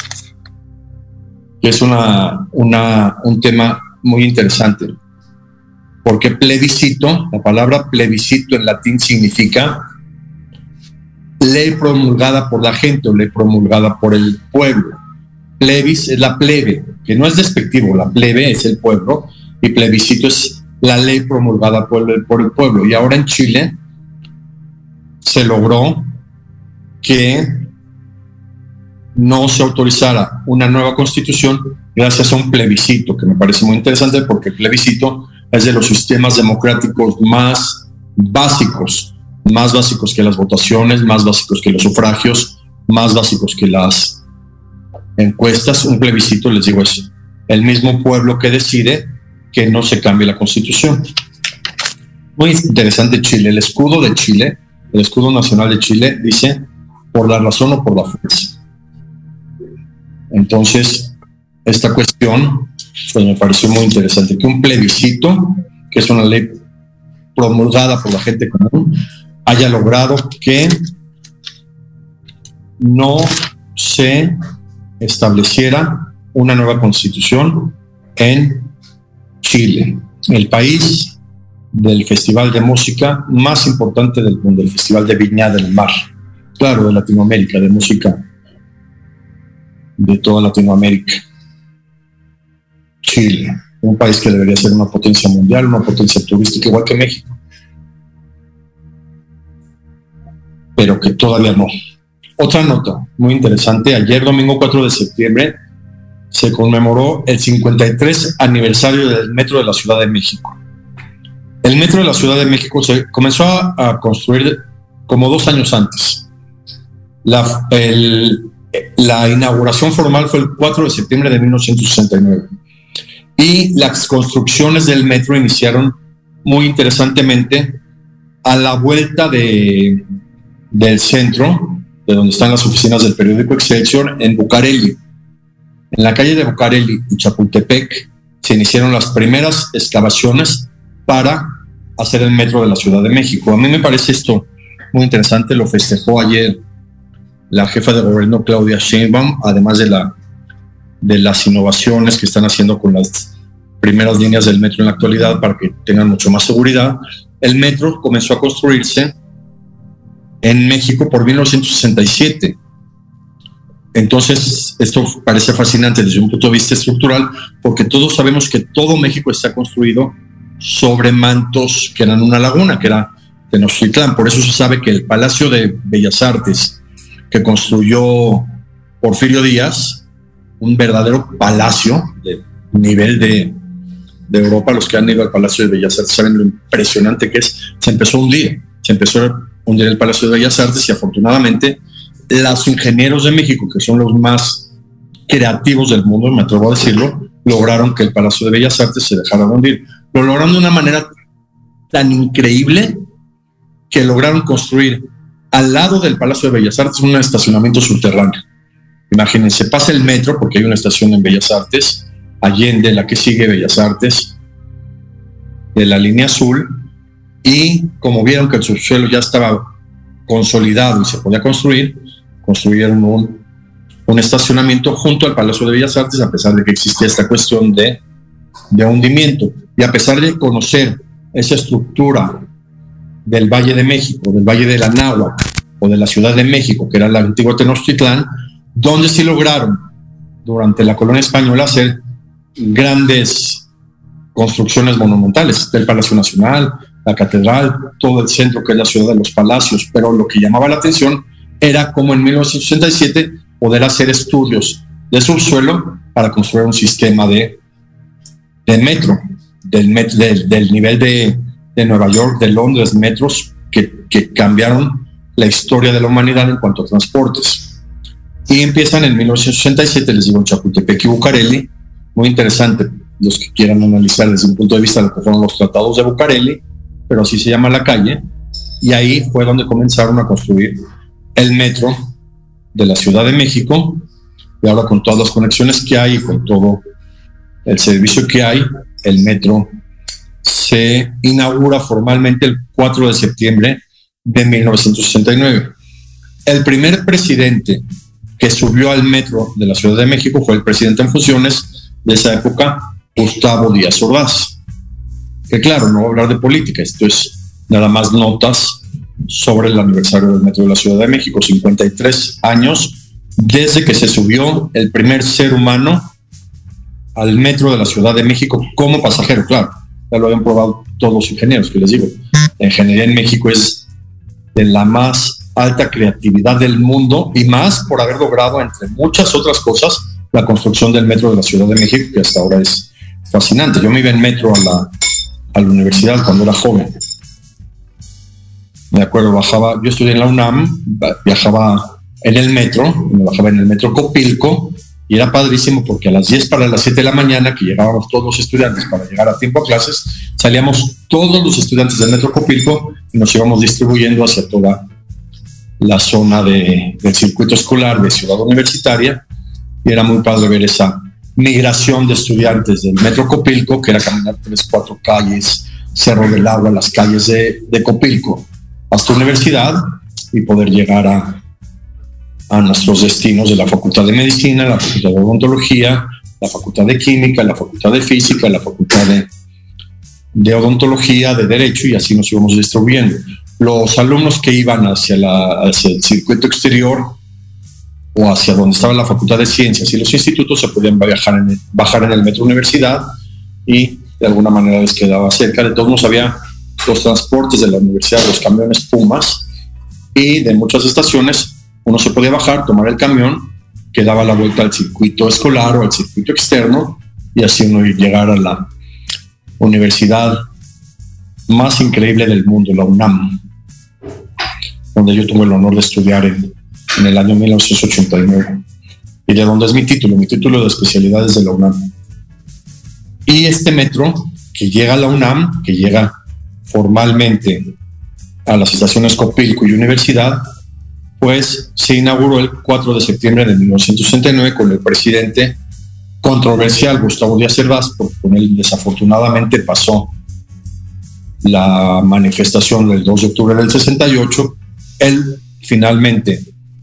que es un tema muy interesante, porque plebiscito, la palabra plebiscito en latín significa ley promulgada por la gente o ley promulgada por el pueblo. Plebis es la plebe, que no es despectivo, la plebe es el pueblo, y plebiscito es la ley promulgada por el pueblo. Y ahora en Chile se logró que no se autorizara una nueva constitución gracias a un plebiscito, que me parece muy interesante porque el plebiscito es de los sistemas democráticos más básicos que las votaciones, más básicos que los sufragios, más básicos que las encuestas. Un plebiscito, les digo, es el mismo pueblo que decide que no se cambie la constitución. Muy interesante Chile. El escudo de Chile, el escudo nacional de Chile, dice por la razón o por la fuerza. Entonces, esta cuestión pues me pareció muy interesante, que un plebiscito, que es una ley promulgada por la gente común, haya logrado que no se estableciera una nueva constitución en Chile, el país del festival de música más importante del mundo, el Festival de Viña del Mar, claro, de Latinoamérica, de música de toda Latinoamérica. Chile, un país que debería ser una potencia mundial, una potencia turística igual que México, pero que todavía no. Otra nota muy interesante: ayer domingo 4 de septiembre se conmemoró el 53 aniversario del Metro de la Ciudad de México. El Metro de la Ciudad de México se comenzó a construir como 2 años antes. La inauguración formal fue el 4 de septiembre de 1969 y las construcciones del metro iniciaron muy interesantemente a la vuelta del centro, de donde están las oficinas del periódico Excelsior, en Bucareli. En la calle de Bucareli y Chapultepec se iniciaron las primeras excavaciones para hacer el metro de la Ciudad de México. A mí me parece esto muy interesante, lo festejó ayer la jefa de gobierno Claudia Sheinbaum, además de las innovaciones que están haciendo con las primeras líneas del metro en la actualidad para que tengan mucho más seguridad. El metro comenzó a construirse en México por 1967. Entonces, esto parece fascinante desde un punto de vista estructural, porque todos sabemos que todo México está construido sobre mantos que eran una laguna, que era Tenochtitlán. Por eso se sabe que el Palacio de Bellas Artes que construyó Porfirio Díaz, un verdadero palacio de nivel de Europa, los que han ido al Palacio de Bellas Artes saben lo impresionante que es. Se empezó a hundir el Palacio de Bellas Artes y afortunadamente los ingenieros de México, que son los más creativos del mundo, me atrevo a decirlo, lograron que el Palacio de Bellas Artes se dejara hundir. Lo lograron de una manera tan increíble que lograron construir al lado del Palacio de Bellas Artes un estacionamiento subterráneo. Imagínense, pasa el metro, porque hay una estación en Bellas Artes, Allende, la que sigue Bellas Artes, de la línea azul, y como vieron que el subsuelo ya estaba consolidado y se podía construir, construyeron un estacionamiento junto al Palacio de Bellas Artes, a pesar de que existía esta cuestión de hundimiento. Y a pesar de conocer esa estructura del Valle de México, del Valle de la Náhuatl o de la Ciudad de México, que era la antigua Tenochtitlán, donde sí lograron durante la colonia española hacer grandes construcciones monumentales, del Palacio Nacional, la Catedral, todo el centro que es la ciudad de los palacios. Pero lo que llamaba la atención era cómo en 1967 poder hacer estudios de subsuelo para construir un sistema de metro, del nivel de Nueva York, de Londres, metros que cambiaron la historia de la humanidad en cuanto a transportes. Y empiezan en 1967, les digo, en Chapultepec y Bucareli. Muy interesante, los que quieran analizar desde un punto de vista de lo que fueron los tratados de Bucareli, pero así se llama la calle, y ahí fue donde comenzaron a construir el metro de la Ciudad de México, Y ahora con todas las conexiones que hay y con todo el servicio que hay, el metro se inaugura formalmente el 4 de septiembre de 1969. El primer presidente que subió al metro de la Ciudad de México fue el presidente en funciones de esa época, Gustavo Díaz Ordaz. Que claro, no voy a hablar de política, esto es nada más notas sobre el aniversario del metro de la Ciudad de México, 53 años desde que se subió el primer ser humano al metro de la Ciudad de México como pasajero. Claro, ya lo habían probado todos los ingenieros, que les digo, la ingeniería en México es de la más alta creatividad del mundo, y más por haber logrado, entre muchas otras cosas, la construcción del metro de la Ciudad de México, que hasta ahora es fascinante. Yo me iba en metro a la universidad cuando era joven. Me acuerdo, yo estudié en la UNAM, viajaba en el metro, me bajaba en el metro Copilco, y era padrísimo porque a las 10 para las 7 de la mañana, que llegábamos todos los estudiantes para llegar a tiempo a clases, salíamos todos los estudiantes del metro Copilco y nos íbamos distribuyendo hacia toda la zona del circuito escolar de Ciudad Universitaria, y era muy padre ver esa migración de estudiantes del metro Copilco, que era caminar 3-4 calles, Cerro del Agua, las calles de Copilco, hasta universidad, y poder llegar a nuestros destinos de la Facultad de Medicina, la Facultad de Odontología, la Facultad de Química, la Facultad de Física, la Facultad de Odontología, de Derecho, y así nos íbamos distribuyendo. Los alumnos que iban hacia el circuito exterior o hacia donde estaba la Facultad de Ciencias y los institutos se podían bajar en el metro Universidad, y de alguna manera les quedaba cerca. De todos modos, había los transportes de la universidad, los camiones Pumas, y de muchas estaciones uno se podía bajar, tomar el camión que daba la vuelta al circuito escolar o al circuito externo, y así uno llegar a la universidad más increíble del mundo, la UNAM, donde yo tuve el honor de estudiar en el año 1989, y de donde es mi título de especialidades de la UNAM. Y este metro que llega a la UNAM, que llega formalmente a las estaciones Copilco y Universidad, pues se inauguró el 4 de septiembre de 1969 con el presidente controversial Gustavo Díaz Ordaz, porque con él desafortunadamente pasó la manifestación del 2 de octubre del 68. Él finalmente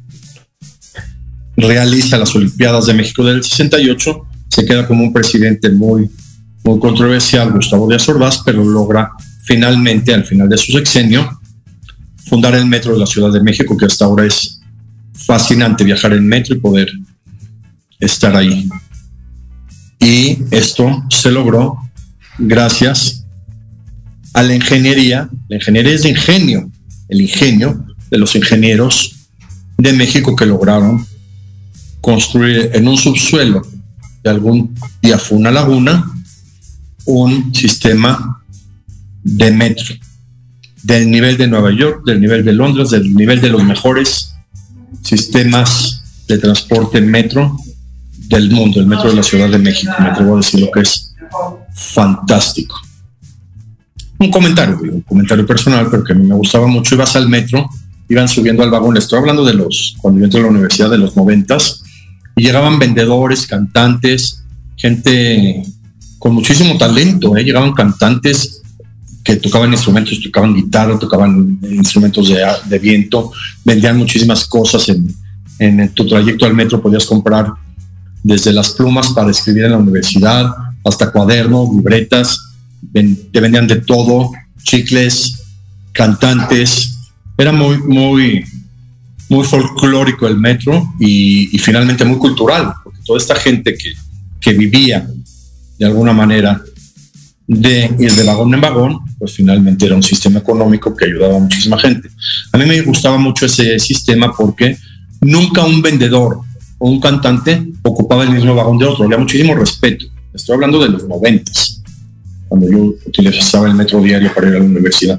realiza las Olimpiadas de México del 68, se queda como un presidente muy controversial Gustavo Díaz Ordaz, pero logra finalmente, al final de su sexenio, fundar el metro de la Ciudad de México, que hasta ahora es fascinante viajar en metro y poder estar ahí. Y esto se logró gracias a la ingeniería. La ingeniería es de ingenio, el ingenio de los ingenieros de México, que lograron construir en un subsuelo de algún día fue una laguna, un sistema de metro del nivel de Nueva York, del nivel de Londres, del nivel de los mejores sistemas de transporte metro del mundo, el metro de la Ciudad de México. Me atrevo a decir lo que es fantástico. Un comentario personal, pero que a mí me gustaba mucho. Ibas al metro, iban subiendo al vagón. Estoy hablando de cuando yo entré a la universidad, de los 90s, y llegaban vendedores, cantantes, gente con muchísimo talento, llegaban cantantes que tocaban instrumentos, tocaban guitarra, tocaban instrumentos de viento, vendían muchísimas cosas. En tu trayecto al metro podías comprar desde las plumas para escribir en la universidad, hasta cuadernos, libretas, te vendían de todo, chicles, cantantes. Era muy folclórico el metro, y finalmente muy cultural, porque toda esta gente que vivía de alguna manera de ir de vagón en vagón, pues finalmente era un sistema económico que ayudaba a muchísima gente. A mí me gustaba mucho ese sistema porque nunca un vendedor o un cantante ocupaba el mismo vagón de otro. Había muchísimo respeto. Estoy hablando de los 90s, cuando yo utilizaba el metro diario para ir a la universidad.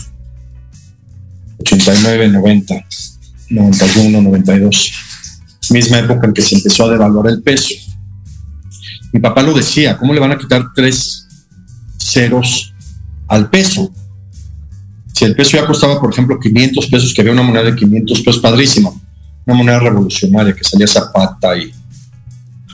89, 90, 91, 92. Misma época en que se empezó a devaluar el peso. Mi papá lo decía, ¿cómo le van a quitar 3 ceros al peso? Si el peso ya costaba, por ejemplo, 500 pesos, que había una moneda de 500 pesos padrísima, una moneda revolucionaria, que salía Zapata y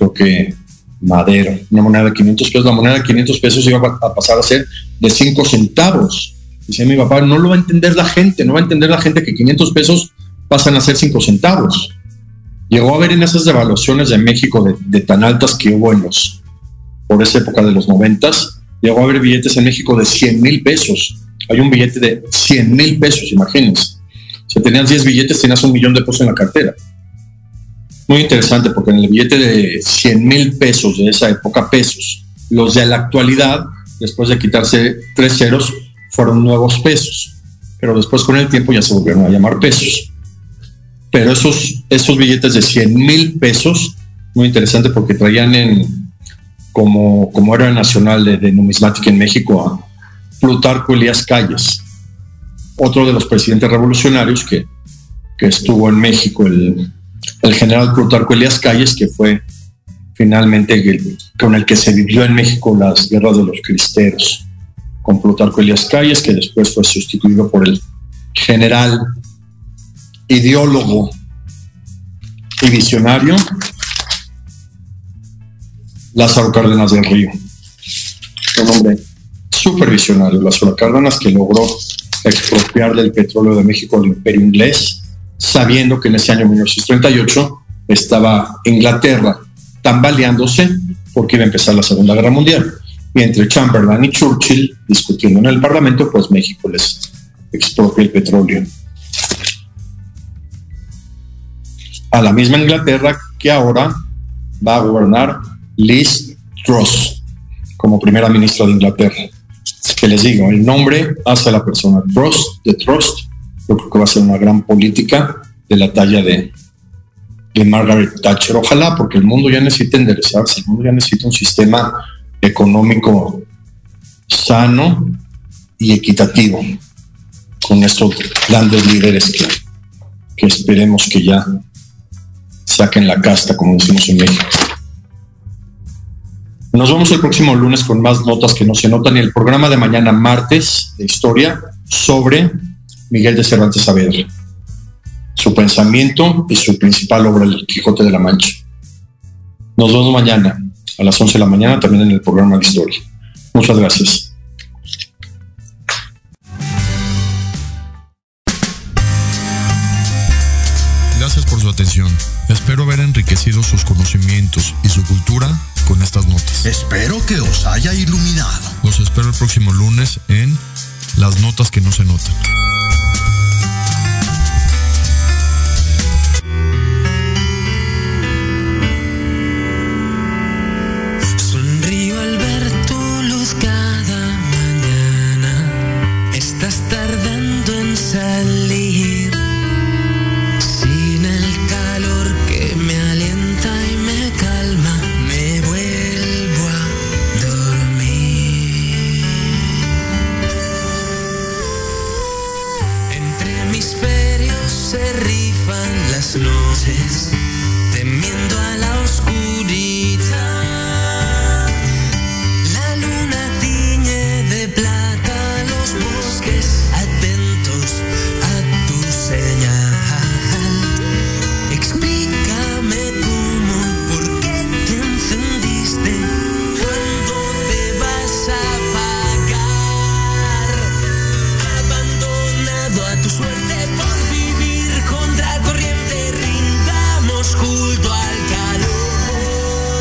creo que Madero, una moneda de 500 pesos. La moneda de 500 pesos iba a pasar a ser de 5 centavos. Decía mi papá, no lo va a entender la gente, no va a entender la gente que 500 pesos pasan a ser 5 centavos. Llegó a ver en esas devaluaciones de México de tan altas que hubo por esa época de los 90s, llegó a haber billetes en México de 100,000 pesos. Hay un billete de 100,000 pesos, imagínense. Si tenías 10 billetes, tenías 1,000,000 de pesos en la cartera. Muy interesante, porque en el billete de 100,000 pesos de esa época, pesos, los de la actualidad, después de quitarse 3 ceros, fueron nuevos pesos. Pero después, con el tiempo, ya se volvieron a llamar pesos. Pero esos billetes de 100,000 pesos, muy interesante, porque traían como héroe nacional de numismática en México a Plutarco Elías Calles, otro de los presidentes revolucionarios que estuvo en México, el general Plutarco Elías Calles, que fue finalmente con el que se vivió en México las guerras de los cristeros, con Plutarco Elías Calles, que después fue sustituido por el general ideólogo y visionario Lázaro Cárdenas del Río, un hombre súper visionario, Lázaro Cárdenas, que logró expropiarle el petróleo de México al Imperio Inglés, sabiendo que en ese año 1938 estaba Inglaterra tambaleándose porque iba a empezar la Segunda Guerra Mundial. Y entre Chamberlain y Churchill discutiendo en el Parlamento, pues México les expropia el petróleo a la misma Inglaterra que ahora va a gobernar Liz Truss como primera ministra de Inglaterra. Que les digo, el nombre hace a la persona. Truss, de Trust, yo creo que va a ser una gran política de la talla de Margaret Thatcher. Ojalá, porque el mundo ya necesita enderezarse, el mundo ya necesita un sistema económico sano y equitativo, con estos grandes líderes que esperemos que ya saquen la casta, como decimos en México. Nos vemos el próximo lunes con más notas que no se notan, y el programa de mañana martes de historia sobre Miguel de Cervantes Saavedra, su pensamiento y su principal obra, El Quijote de la Mancha. Nos vemos mañana a las 11 de la mañana, también en el programa de historia. Muchas gracias. Gracias por su atención. Espero haber enriquecido sus conocimientos y su cultura con estas notas. Espero que os haya iluminado. Los espero el próximo lunes en Las Notas que no se notan. Sonrío al ver tu luz cada mañana. Estás tardando en salir. Sin el calor que me alienta y me calma, me vuelvo a dormir. Entre hemisferios se rifan las noches, temiendo a la oscuridad. La luna tiñe de plata los bosques, atentos a tu señal. Explícame cómo, por qué te encendiste, cuándo te vas a apagar. Abandonado a tu suerte por vivir contra corriente, rindamos culto al calor.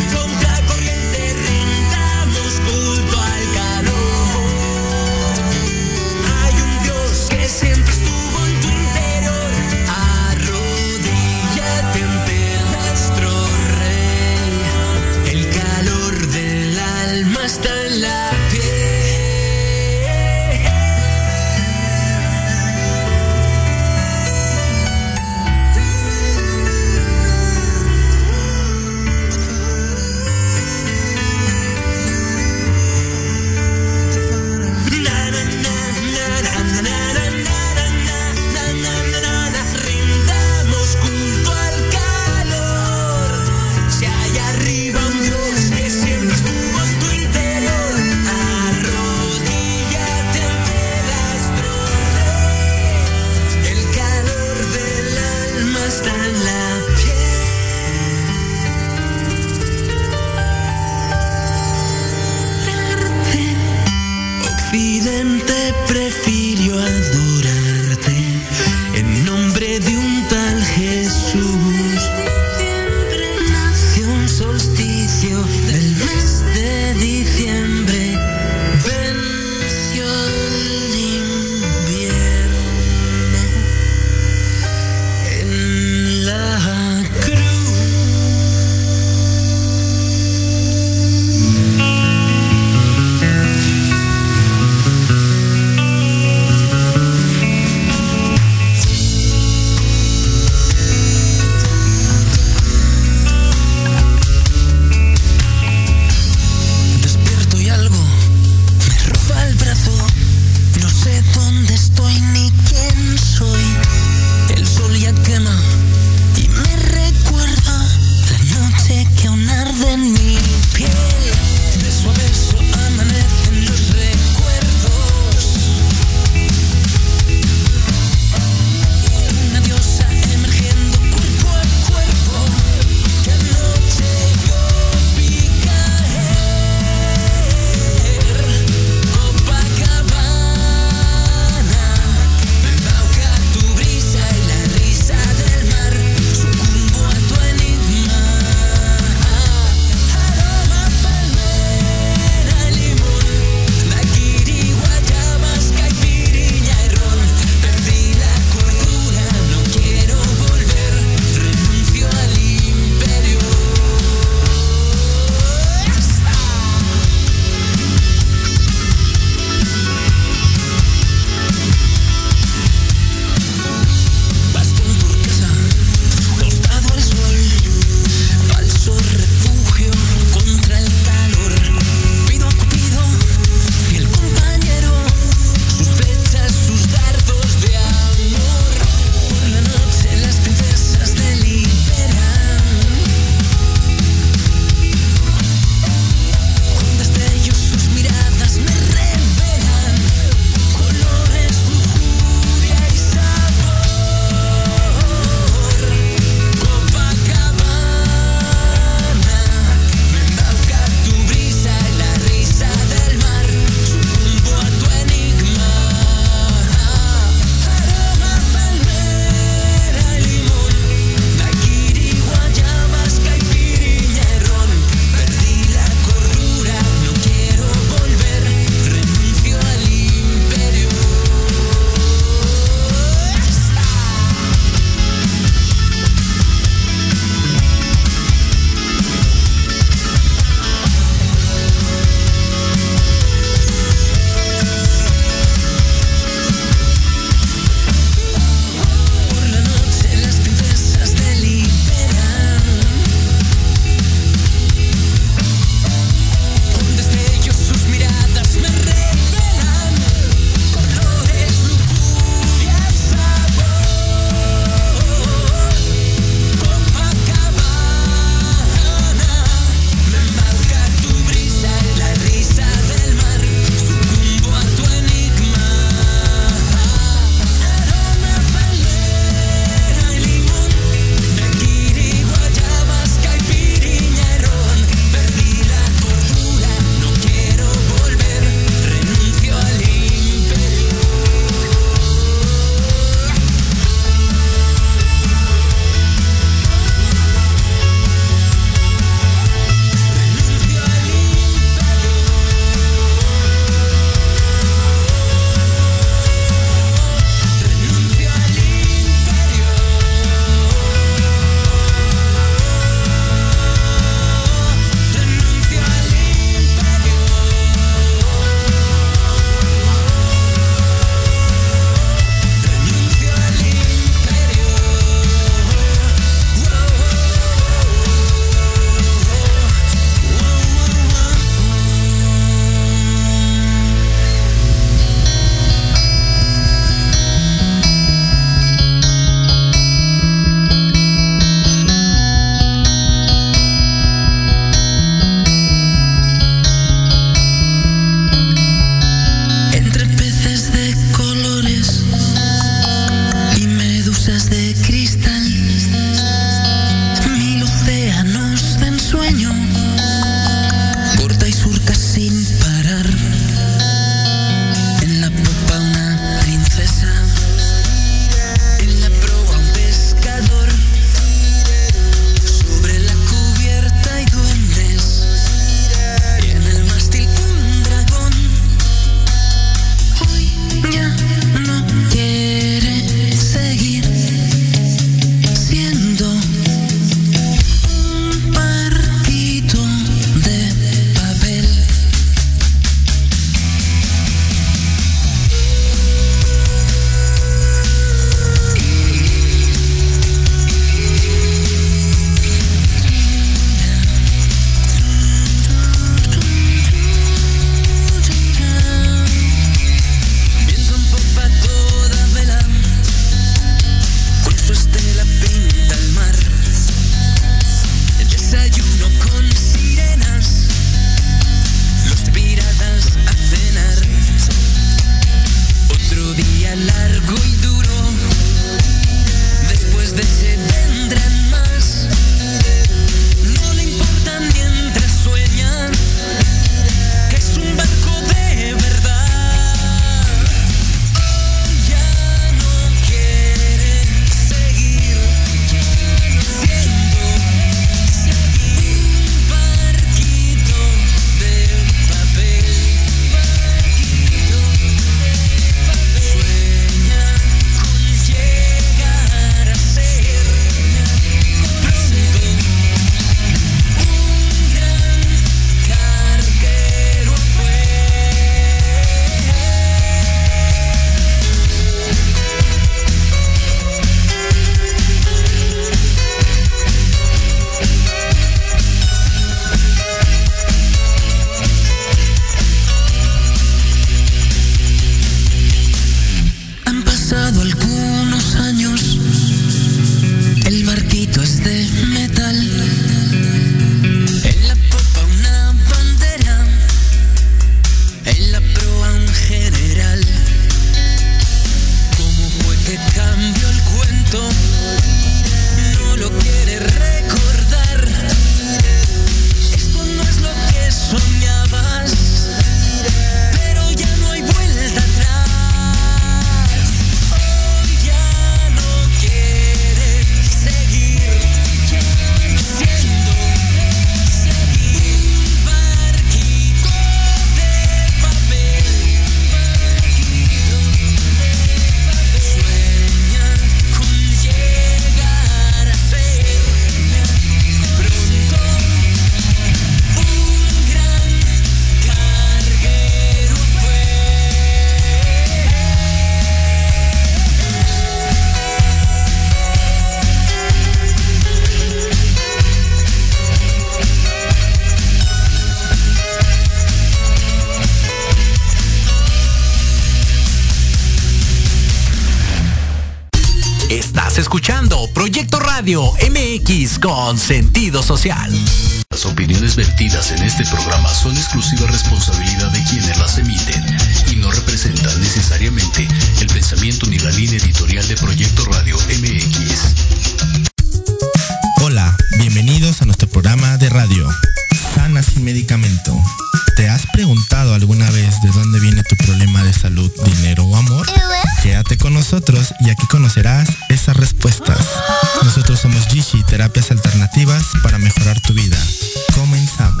presentando Proyecto Radio MX con sentido social. Las opiniones vertidas en este programa son exclusiva responsabilidad de quienes las emiten y no representan necesariamente el pensamiento ni la línea editorial de Proyecto Radio MX. Hola, bienvenidos a nuestro programa de radio, Sana sin Medicamento. ¿Te has preguntado alguna vez de dónde viene tu problema de salud, dinero o amor? Quédate con nosotros y aquí conocerás esas respuestas. Nosotros somos Gishi, terapias alternativas para mejorar tu vida. Comenzamos.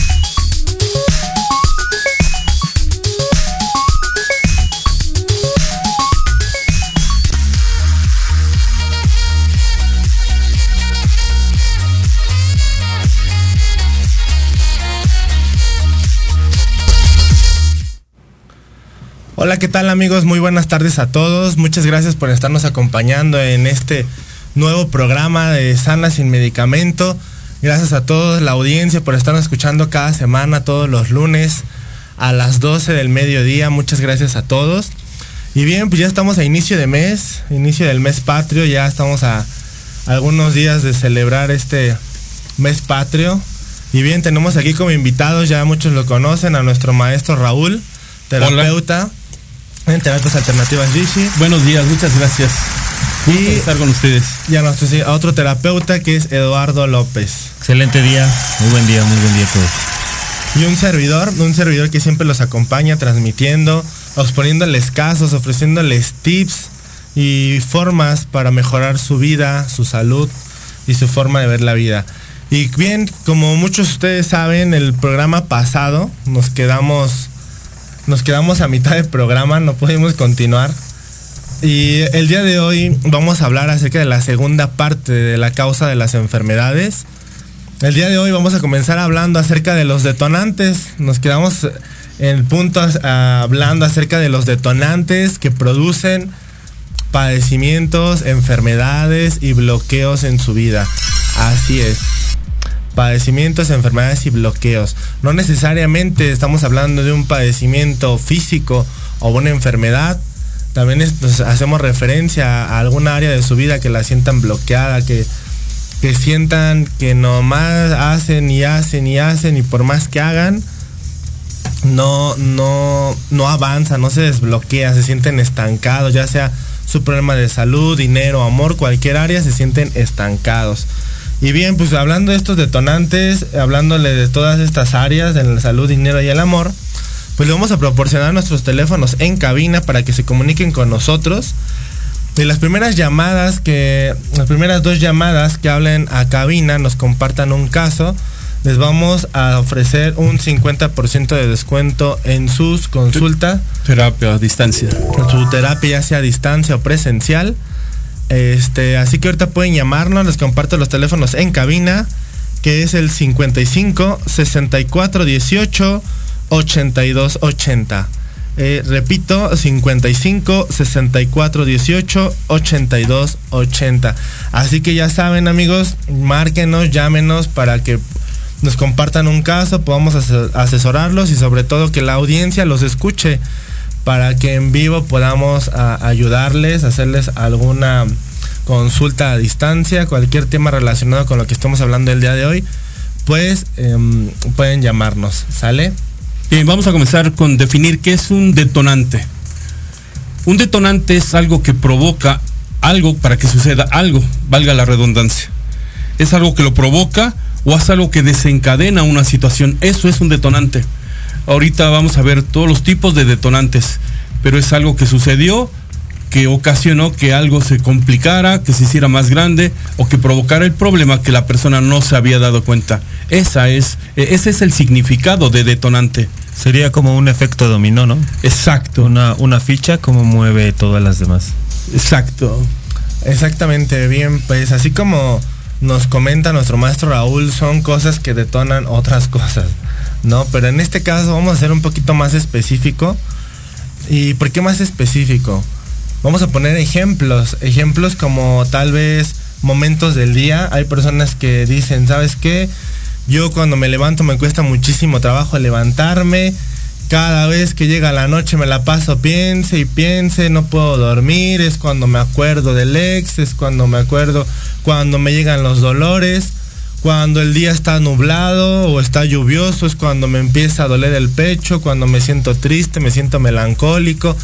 Hola, ¿qué tal amigos? Muy buenas tardes a todos. Muchas gracias por estarnos acompañando en este nuevo programa de Sana sin Medicamento. Gracias a todos, la audiencia, por estarnos escuchando cada semana, todos los lunes a las 12 del mediodía. Muchas gracias a todos. Y bien, pues ya estamos a inicio del mes patrio. Ya estamos a algunos días de celebrar este mes patrio. Y bien, tenemos aquí como invitados, ya muchos lo conocen, a nuestro maestro Raúl, terapeuta. Hola. En Terapias Alternativas Gishi. Buenos días, muchas gracias. Y por estar con ustedes. Y a otro terapeuta que es Eduardo López. Excelente día, muy buen día a todos. Y un servidor que siempre los acompaña transmitiendo, exponiéndoles casos, ofreciéndoles tips y formas para mejorar su vida, su salud y su forma de ver la vida. Y bien, como muchos de ustedes saben, el programa pasado nos quedamos a mitad del programa, no pudimos continuar. Y el día de hoy vamos a hablar acerca de la segunda parte de la causa de las enfermedades. El día de hoy vamos a comenzar hablando acerca de los detonantes. Nos quedamos en el punto hablando acerca de los detonantes que producen padecimientos, enfermedades y bloqueos en su vida. Así es. Padecimientos, enfermedades y bloqueos. No necesariamente estamos hablando de un padecimiento físico o una enfermedad. También hacemos referencia a alguna área de su vida que la sientan bloqueada, que sientan que nomás hacen y por más que hagan, no avanzan, no se desbloquea, se sienten estancados, ya sea su problema de salud, dinero, amor, cualquier área, se sienten estancados. Y bien, pues hablando de estos detonantes, hablándole de todas estas áreas, de la salud, dinero y el amor, pues le vamos a proporcionar nuestros teléfonos en cabina para que se comuniquen con nosotros. Y las primeras dos llamadas que hablen a cabina, nos compartan un caso, les vamos a ofrecer un 50% de descuento en sus consultas. Terapia a distancia. En su terapia, ya sea a distancia o presencial. Así que ahorita pueden llamarnos, les comparto los teléfonos en cabina, que es el 55 64 18 82 80. Repito, 55 64 18 82 80. Así que ya saben, amigos, márquenos, llámenos para que nos compartan un caso, podamos asesorarlos y sobre todo que la audiencia los escuche, para que en vivo podamos ayudarles, hacerles alguna consulta a distancia, cualquier tema relacionado con lo que estamos hablando el día de hoy, pues pueden llamarnos, ¿sale? Bien, vamos a comenzar con definir qué es un detonante. Un detonante es algo que provoca algo para que suceda algo, valga la redundancia. Es algo que lo provoca o es algo que desencadena una situación, eso es un detonante. Ahorita vamos a ver todos los tipos de detonantes, pero es algo que sucedió, que ocasionó que algo se complicara, que se hiciera más grande o que provocara el problema que la persona no se había dado cuenta. Ese es el significado de detonante. Sería como un efecto dominó, ¿no? Exacto. Una ficha como mueve todas las demás. Exacto. Exactamente, bien, pues así como nos comenta nuestro maestro Raúl, son cosas que detonan otras cosas, ¿no? Pero en este caso vamos a ser un poquito más específico. ¿Y por qué más específico? Vamos a poner ejemplos como tal vez momentos del día. Hay personas que dicen, ¿sabes qué? Yo cuando me levanto me cuesta muchísimo trabajo levantarme Cada vez que llega la noche me la paso piense y piense, no puedo dormir, es cuando me acuerdo del ex, es cuando me acuerdo cuando me llegan los dolores, cuando el día está nublado o está lluvioso, es cuando me empieza a doler el pecho, cuando me siento triste, me siento melancólica,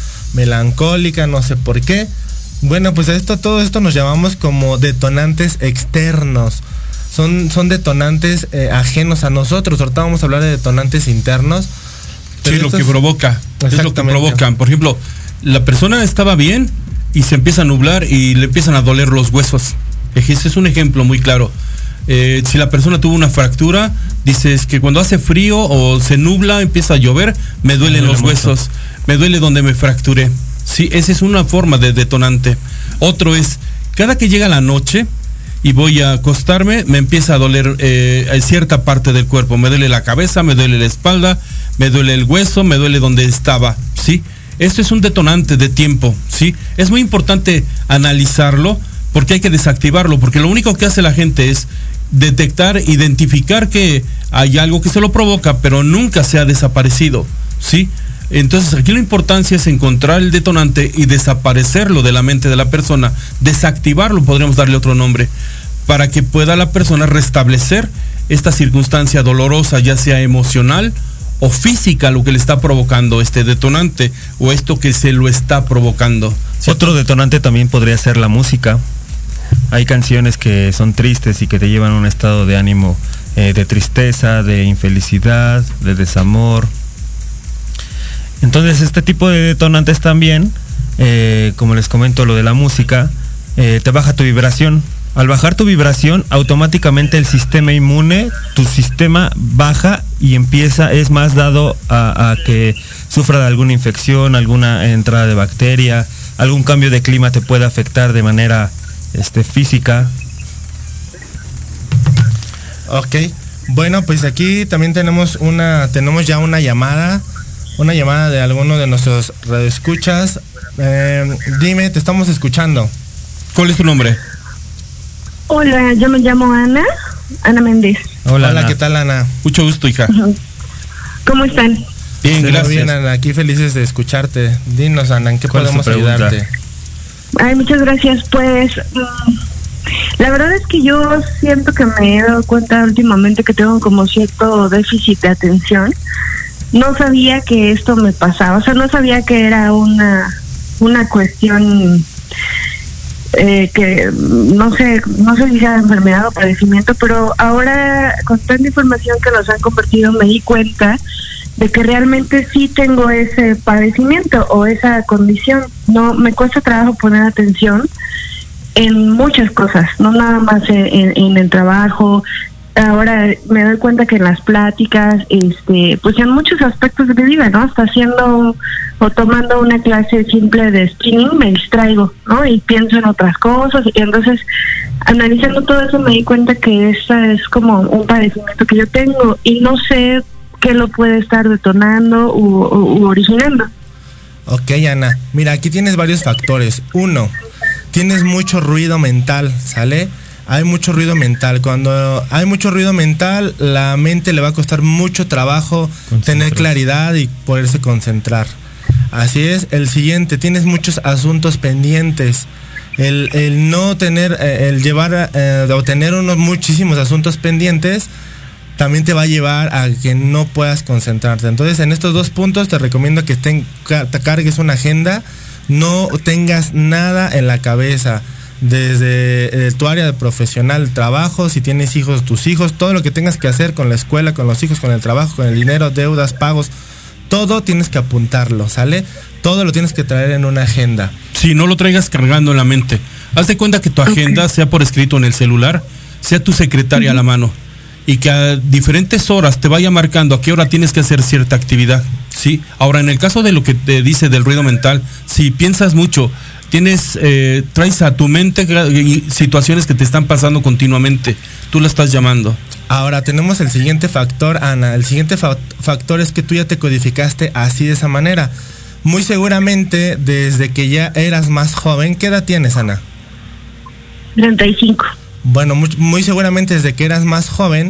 no sé por qué. Bueno, pues todo esto nos llamamos como detonantes externos. Son detonantes ajenos a nosotros. Ahorita vamos a hablar de detonantes internos. Sí, lo que provoca. Es lo que provocan. Por ejemplo, la persona estaba bien y se empieza a nublar y le empiezan a doler los huesos. Ese es un ejemplo muy claro. Si la persona tuvo una fractura, dices que cuando hace frío o se nubla, empieza a llover, me duelen los huesos, me duele donde me fracturé. Sí, esa es una forma de detonante. Otro es, cada que llega la noche y voy a acostarme, me empieza a doler cierta parte del cuerpo. Me duele la cabeza, me duele la espalda, me duele el hueso, me duele donde estaba, ¿sí? Esto es un detonante de tiempo, ¿sí? Es muy importante analizarlo porque hay que desactivarlo, porque lo único que hace la gente es detectar, identificar que hay algo que se lo provoca, pero nunca se ha desaparecido, ¿sí? Entonces aquí la importancia es encontrar el detonante y desaparecerlo de la mente de la persona, desactivarlo, podríamos darle otro nombre, para que pueda la persona restablecer esta circunstancia dolorosa, ya sea emocional o física, lo que le está provocando este detonante o esto que se lo está provocando. ¿Sí? Otro detonante también podría ser la música. Hay canciones que son tristes y que te llevan a un estado de ánimo de tristeza, de infelicidad, de desamor. Entonces este tipo de detonantes también, como les comento lo de la música, te baja tu vibración. Al bajar tu vibración, automáticamente el sistema inmune, tu sistema baja y es más dado a que sufra de alguna infección, alguna entrada de bacteria, algún cambio de clima te puede afectar de manera física. Ok, bueno, pues aquí también tenemos ya una llamada de alguno de nuestros radioescuchas. Dime, te estamos escuchando. ¿Cuál es tu nombre? Hola, yo me llamo Ana Méndez. Hola, Ana. ¿Qué tal, Ana? Mucho gusto, hija. ¿Cómo están? Bien, gracias. Bien, Ana, aquí felices de escucharte. Dinos, Ana, ¿en qué podemos ayudarte? Ay, muchas gracias. Pues, la verdad es que yo siento que me he dado cuenta últimamente que tengo como cierto déficit de atención. No sabía que esto me pasaba, o sea, no sabía que era una cuestión que no sé si sea enfermedad o padecimiento, pero ahora con tanta información que nos han compartido me di cuenta de que realmente sí tengo ese padecimiento o esa condición. No me cuesta trabajo poner atención en muchas cosas, no nada más en el trabajo. Ahora me doy cuenta que en las pláticas, pues en muchos aspectos de mi vida, ¿no? Hasta haciendo o tomando una clase simple de spinning me distraigo, ¿no? Y pienso en otras cosas, y entonces analizando todo eso me di cuenta que esa es como un padecimiento que yo tengo y no sé qué lo puede estar detonando u originando. Ok, Ana, mira, aquí tienes varios factores. Uno, tienes mucho ruido mental, ¿sale? Hay mucho ruido mental. Cuando hay mucho ruido mental, la mente le va a costar mucho trabajo tener claridad y poderse concentrar. Así es. El siguiente, tienes muchos asuntos pendientes. El no tener, el llevar o tener unos muchísimos asuntos pendientes también te va a llevar a que no puedas concentrarte. Entonces, en estos dos puntos te recomiendo que te cargues una agenda, no tengas nada en la cabeza. Desde tu área de profesional, trabajo, si tienes hijos, tus hijos, todo lo que tengas que hacer con la escuela, con los hijos, con el trabajo, con el dinero, deudas, pagos, todo tienes que apuntarlo, ¿sale? Todo lo tienes que traer en una agenda. Sí, no lo traigas cargando en la mente. Haz de cuenta que tu agenda, sea por escrito en el celular, sea tu secretaria a la mano, y que a diferentes horas te vaya marcando a qué hora tienes que hacer cierta actividad, ¿sí? Ahora, en el caso de lo que te dice del ruido mental, si piensas mucho, traes a tu mente situaciones que te están pasando continuamente, tú la estás llamando. Ahora tenemos el siguiente factor, Ana. El siguiente factor es que tú ya te codificaste así, de esa manera. Muy seguramente desde que ya eras más joven. ¿Qué edad tienes, Ana? 35. Bueno, muy seguramente desde que eras más joven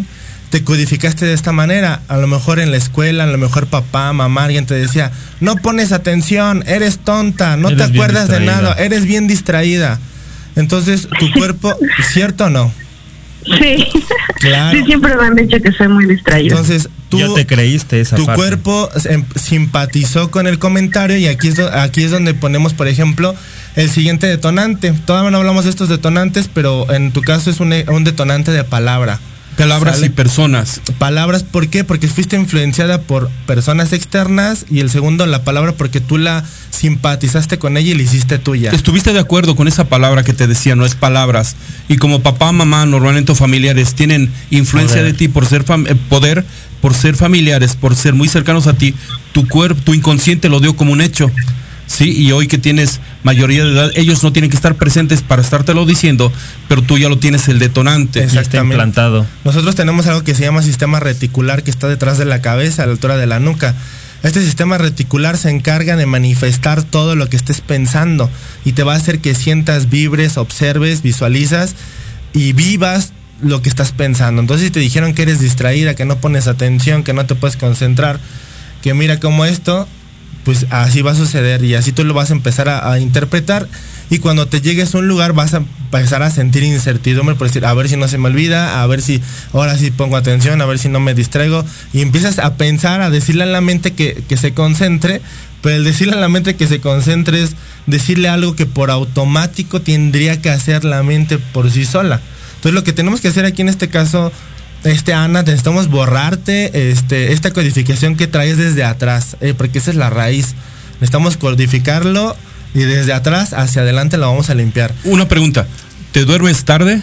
te codificaste de esta manera. A lo mejor en la escuela, a lo mejor papá, mamá, alguien te decía, no pones atención, eres tonta, no te acuerdas de nada, eres bien distraída. Entonces, tu cuerpo, ¿cierto o no? Sí, claro. Sí, siempre me han dicho que soy muy distraída. Entonces, ya te creíste esa tu parte. cuerpo simpatizó con el comentario y aquí es donde ponemos, por ejemplo, el siguiente detonante. Todavía no hablamos de estos detonantes, pero en tu caso es un detonante de palabra. Palabras, ¿sale? Y personas. Palabras, ¿por qué? Porque fuiste influenciada por personas externas, y el segundo, la palabra, porque tú la simpatizaste con ella y la hiciste tuya. Estuviste de acuerdo con esa palabra que te decía, no es palabras. Y como papá, mamá, normalmente familiares tienen influencia de ti por ser poder, por ser familiares, por ser muy cercanos a ti, tu cuerpo, tu inconsciente lo dio como un hecho. Sí, y hoy que tienes mayoría de edad, ellos no tienen que estar presentes para estártelo diciendo, pero tú ya lo tienes el detonante. Ya está implantado. Nosotros tenemos algo que se llama sistema reticular, que está detrás de la cabeza, a la altura de la nuca. Este sistema reticular se encarga de manifestar todo lo que estés pensando y te va a hacer que sientas, vibres, observes, visualizas y vivas lo que estás pensando. Entonces, si te dijeron que eres distraída, que no pones atención, que no te puedes concentrar, que mira cómo esto, pues así va a suceder y así tú lo vas a empezar a interpretar, y cuando te llegues a un lugar vas a empezar a sentir incertidumbre por decir, a ver si no se me olvida, a ver si ahora sí pongo atención, a ver si no me distraigo, y empiezas a pensar, a decirle a la mente que se concentre, pero el decirle a la mente que se concentre es decirle algo que por automático tendría que hacer la mente por sí sola. Entonces lo que tenemos que hacer aquí en este caso, Ana, necesitamos borrarte esta codificación que traes desde atrás, porque esa es la raíz. Necesitamos codificarlo y desde atrás hacia adelante lo vamos a limpiar. Una pregunta, ¿te duermes tarde?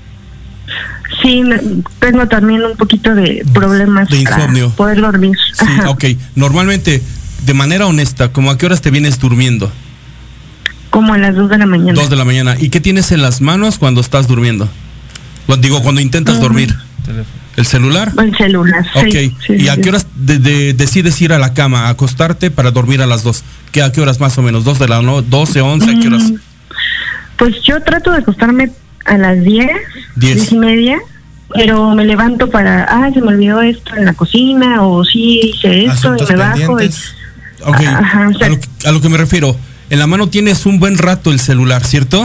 Sí, tengo también un poquito de problemas de insomnio para poder dormir. Sí, ok. Normalmente, de manera honesta, ¿cómo a qué horas te vienes durmiendo? Como a las 2 de la mañana. 2 de la mañana. ¿Y qué tienes en las manos cuando estás durmiendo? Cuando intentas dormir. ¿El celular? El celular, ok. Sí, ¿Y a qué horas decides ir a la cama, a acostarte para dormir a las 2? ¿A qué horas más o menos? ¿2 de la noche? ¿12, 11? ¿A qué horas? Pues yo trato de acostarme a las 10 y media, pero me levanto para, se me olvidó esto en la cocina, o sí hice esto, y me bajo. Ok, a lo que me refiero, en la mano tienes un buen rato el celular, ¿cierto?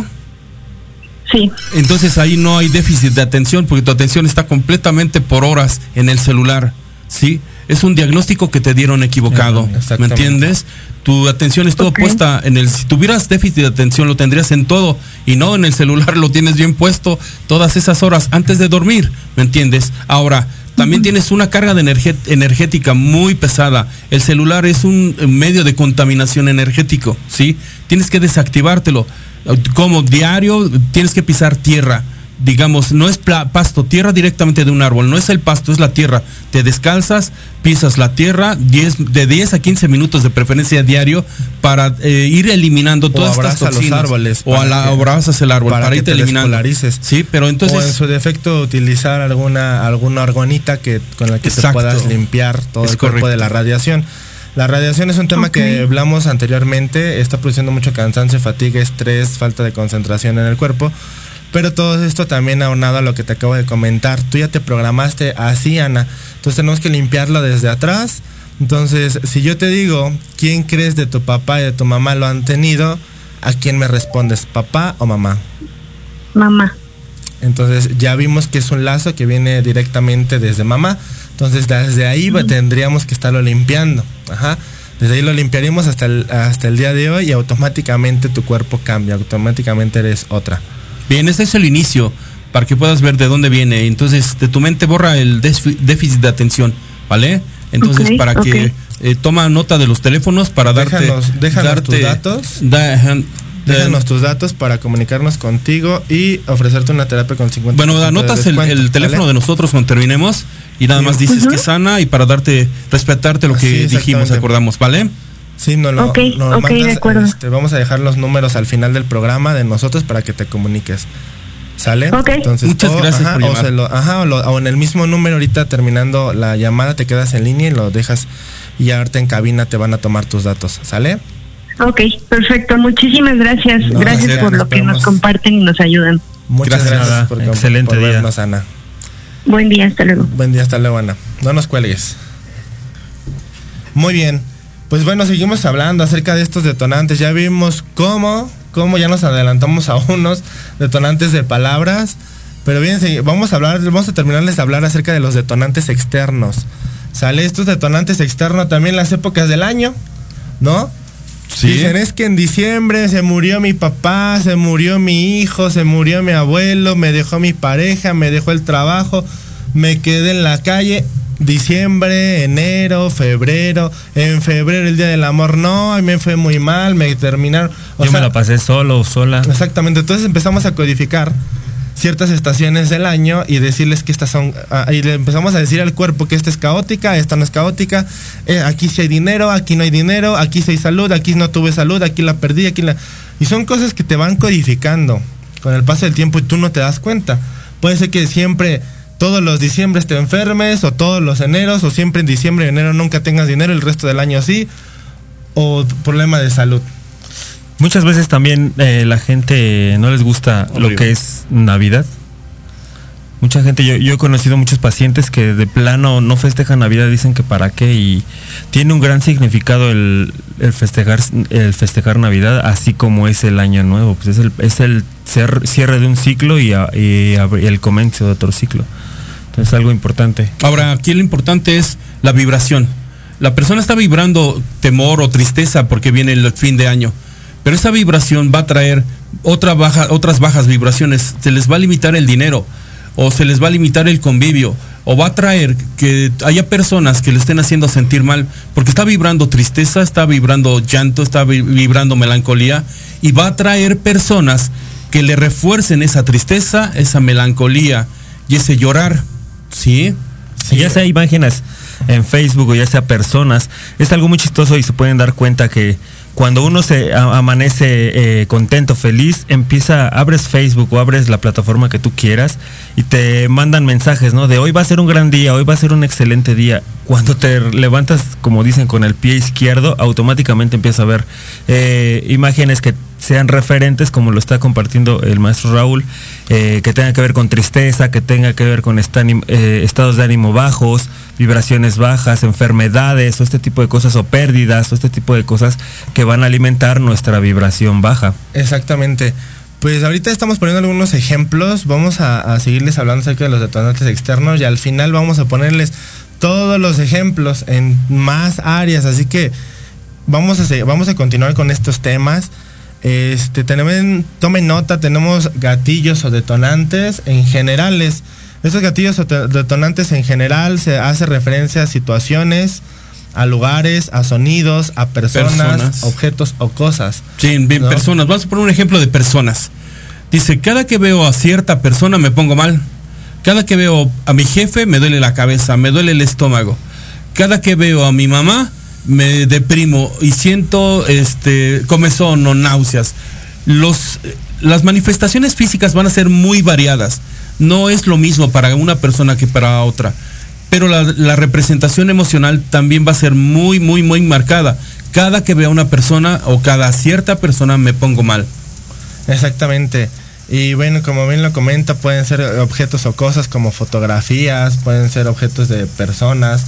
Sí. Entonces ahí no hay déficit de atención, porque tu atención está completamente por horas en el celular, ¿sí? Es un diagnóstico que te dieron equivocado, ¿me entiendes? Tu atención estuvo puesta en si tuvieras déficit de atención lo tendrías en todo, y no en el celular lo tienes bien puesto todas esas horas antes de dormir, ¿me entiendes? Ahora, también tienes una carga de energética muy pesada. El celular es un medio de contaminación energético, ¿sí? Tienes que desactivártelo. Como diario tienes que pisar tierra, digamos, no es pasto, tierra directamente de un árbol, no es el pasto, es la tierra. Te descalzas, pisas la tierra, de 10 a 15 minutos de preferencia diario para ir eliminando todas estas toxinas. Los árboles, o abrazas el árbol para irte eliminando. Sí, pero entonces, o en su defecto utilizar alguna argonita con la que te puedas limpiar todo el cuerpo de la radiación. La radiación es un tema que hablamos anteriormente, está produciendo mucho cansancio, fatiga, estrés, falta de concentración en el cuerpo, pero todo esto también aunado a lo que te acabo de comentar. Tú ya te programaste así, Ana, entonces tenemos que limpiarlo desde atrás. Entonces, si yo te digo, ¿quién crees de tu papá y de tu mamá lo han tenido? ¿A quién me respondes, papá o mamá? Mamá. Entonces ya vimos que es un lazo que viene directamente desde mamá. Entonces desde ahí tendríamos que estarlo limpiando. Desde ahí lo limpiaríamos hasta el día de hoy, y automáticamente tu cuerpo cambia, automáticamente eres otra. Bien, ese es el inicio, para que puedas ver de dónde viene. Entonces de tu mente borra el déficit de atención, ¿vale? Entonces que toma nota de los teléfonos para déjanos tus datos. Déjanos tus datos para comunicarnos contigo y ofrecerte una terapia con 50%. Bueno, anotas el teléfono de nosotros cuando terminemos y nada más dices que es Ana, y para respetarte lo que dijimos, acordamos, ¿vale? Sí, nos mandas, de acuerdo. Vamos a dejar los números al final del programa de nosotros para que te comuniques. ¿Sale? Entonces, muchas gracias por llamar. O en el mismo número, ahorita terminando la llamada, te quedas en línea y lo dejas, y ahorita en cabina te van a tomar tus datos, ¿sale? Ok, perfecto. Muchísimas gracias. Gracias por lo que nos comparten y nos ayudan. Muchas gracias por excelente día, vernos, Ana. Buen día, hasta luego. Buen día, hasta luego, Ana. No nos cuelgues. Muy bien. Pues bueno, seguimos hablando acerca de estos detonantes. Ya vimos cómo ya nos adelantamos a unos detonantes de palabras. Pero bien, vamos a terminarles de hablar acerca de los detonantes externos. Sale estos detonantes externos también las épocas del año, ¿no? Sí. Dicen, es que en diciembre se murió mi papá, se murió mi hijo, se murió mi abuelo, me dejó mi pareja, me dejó el trabajo, me quedé en la calle. Diciembre, enero, febrero. En febrero el día del amor, no, a mí me fue muy mal, me terminaron. Yo me la pasé solo o sola. Exactamente, entonces empezamos a codificar ciertas estaciones del año y decirles que estas son, y le empezamos a decir al cuerpo que esta es caótica, esta no es caótica, aquí sí hay dinero, aquí no hay dinero, aquí sí hay salud, aquí no tuve salud, aquí la perdí, y son cosas que te van codificando con el paso del tiempo y tú no te das cuenta. Puede ser que siempre, todos los diciembres te enfermes, o todos los eneros, o siempre en diciembre y enero nunca tengas dinero, el resto del año sí, o problema de salud. Muchas veces también la gente no les gusta lo que es Navidad. Mucha gente, yo he conocido muchos pacientes que de plano no festejan Navidad, dicen que para qué, y tiene un gran significado el festejar Navidad, así como es el Año Nuevo, pues es el cierre de un ciclo y el comienzo de otro ciclo. Entonces es algo importante. Ahora, aquí lo importante es la vibración. La persona está vibrando temor o tristeza porque viene el fin de año. Pero esa vibración va a traer otras bajas vibraciones. Se les va a limitar el dinero, o se les va a limitar el convivio, o va a traer que haya personas que le estén haciendo sentir mal, porque está vibrando tristeza, está vibrando llanto, está vibrando melancolía, y va a traer personas que le refuercen esa tristeza, esa melancolía y ese llorar. ¿Sí? Sí. Ya sea imágenes en Facebook o ya sea personas, es algo muy chistoso y se pueden dar cuenta que cuando uno se amanece contento, feliz, abres Facebook o abres la plataforma que tú quieras y te mandan mensajes, ¿no? De hoy va a ser un gran día, hoy va a ser un excelente día. Cuando te levantas, como dicen, con el pie izquierdo, automáticamente empiezas a ver imágenes que sean referentes, como lo está compartiendo el maestro Raúl, que tenga que ver con tristeza, que tenga que ver con estados de ánimo bajos, vibraciones bajas, enfermedades, o este tipo de cosas, o pérdidas, o este tipo de cosas que van a alimentar nuestra vibración baja. Exactamente. Pues ahorita estamos poniendo algunos ejemplos, vamos a seguirles hablando acerca de los detonantes externos y al final vamos a ponerles todos los ejemplos en más áreas, así que vamos a continuar con estos temas. Tomen nota, tenemos gatillos o detonantes en generales. Estos gatillos o detonantes en general se hace referencia a situaciones, a lugares, a sonidos, a personas, objetos o cosas. Sí, bien, ¿no? Personas. Vamos a poner un ejemplo de personas. Dice, cada que veo a cierta persona me pongo mal. Cada que veo a mi jefe me duele la cabeza, me duele el estómago. Cada que veo a mi mamá me deprimo y siento comezón o náuseas. Las manifestaciones físicas van a ser muy variadas. No es lo mismo para una persona que para otra. Pero la representación emocional también va a ser muy, muy, muy marcada. Cada que veo a una persona o cada cierta persona me pongo mal. Exactamente. Y bueno, como bien lo comenta, pueden ser objetos o cosas como fotografías, pueden ser objetos de personas.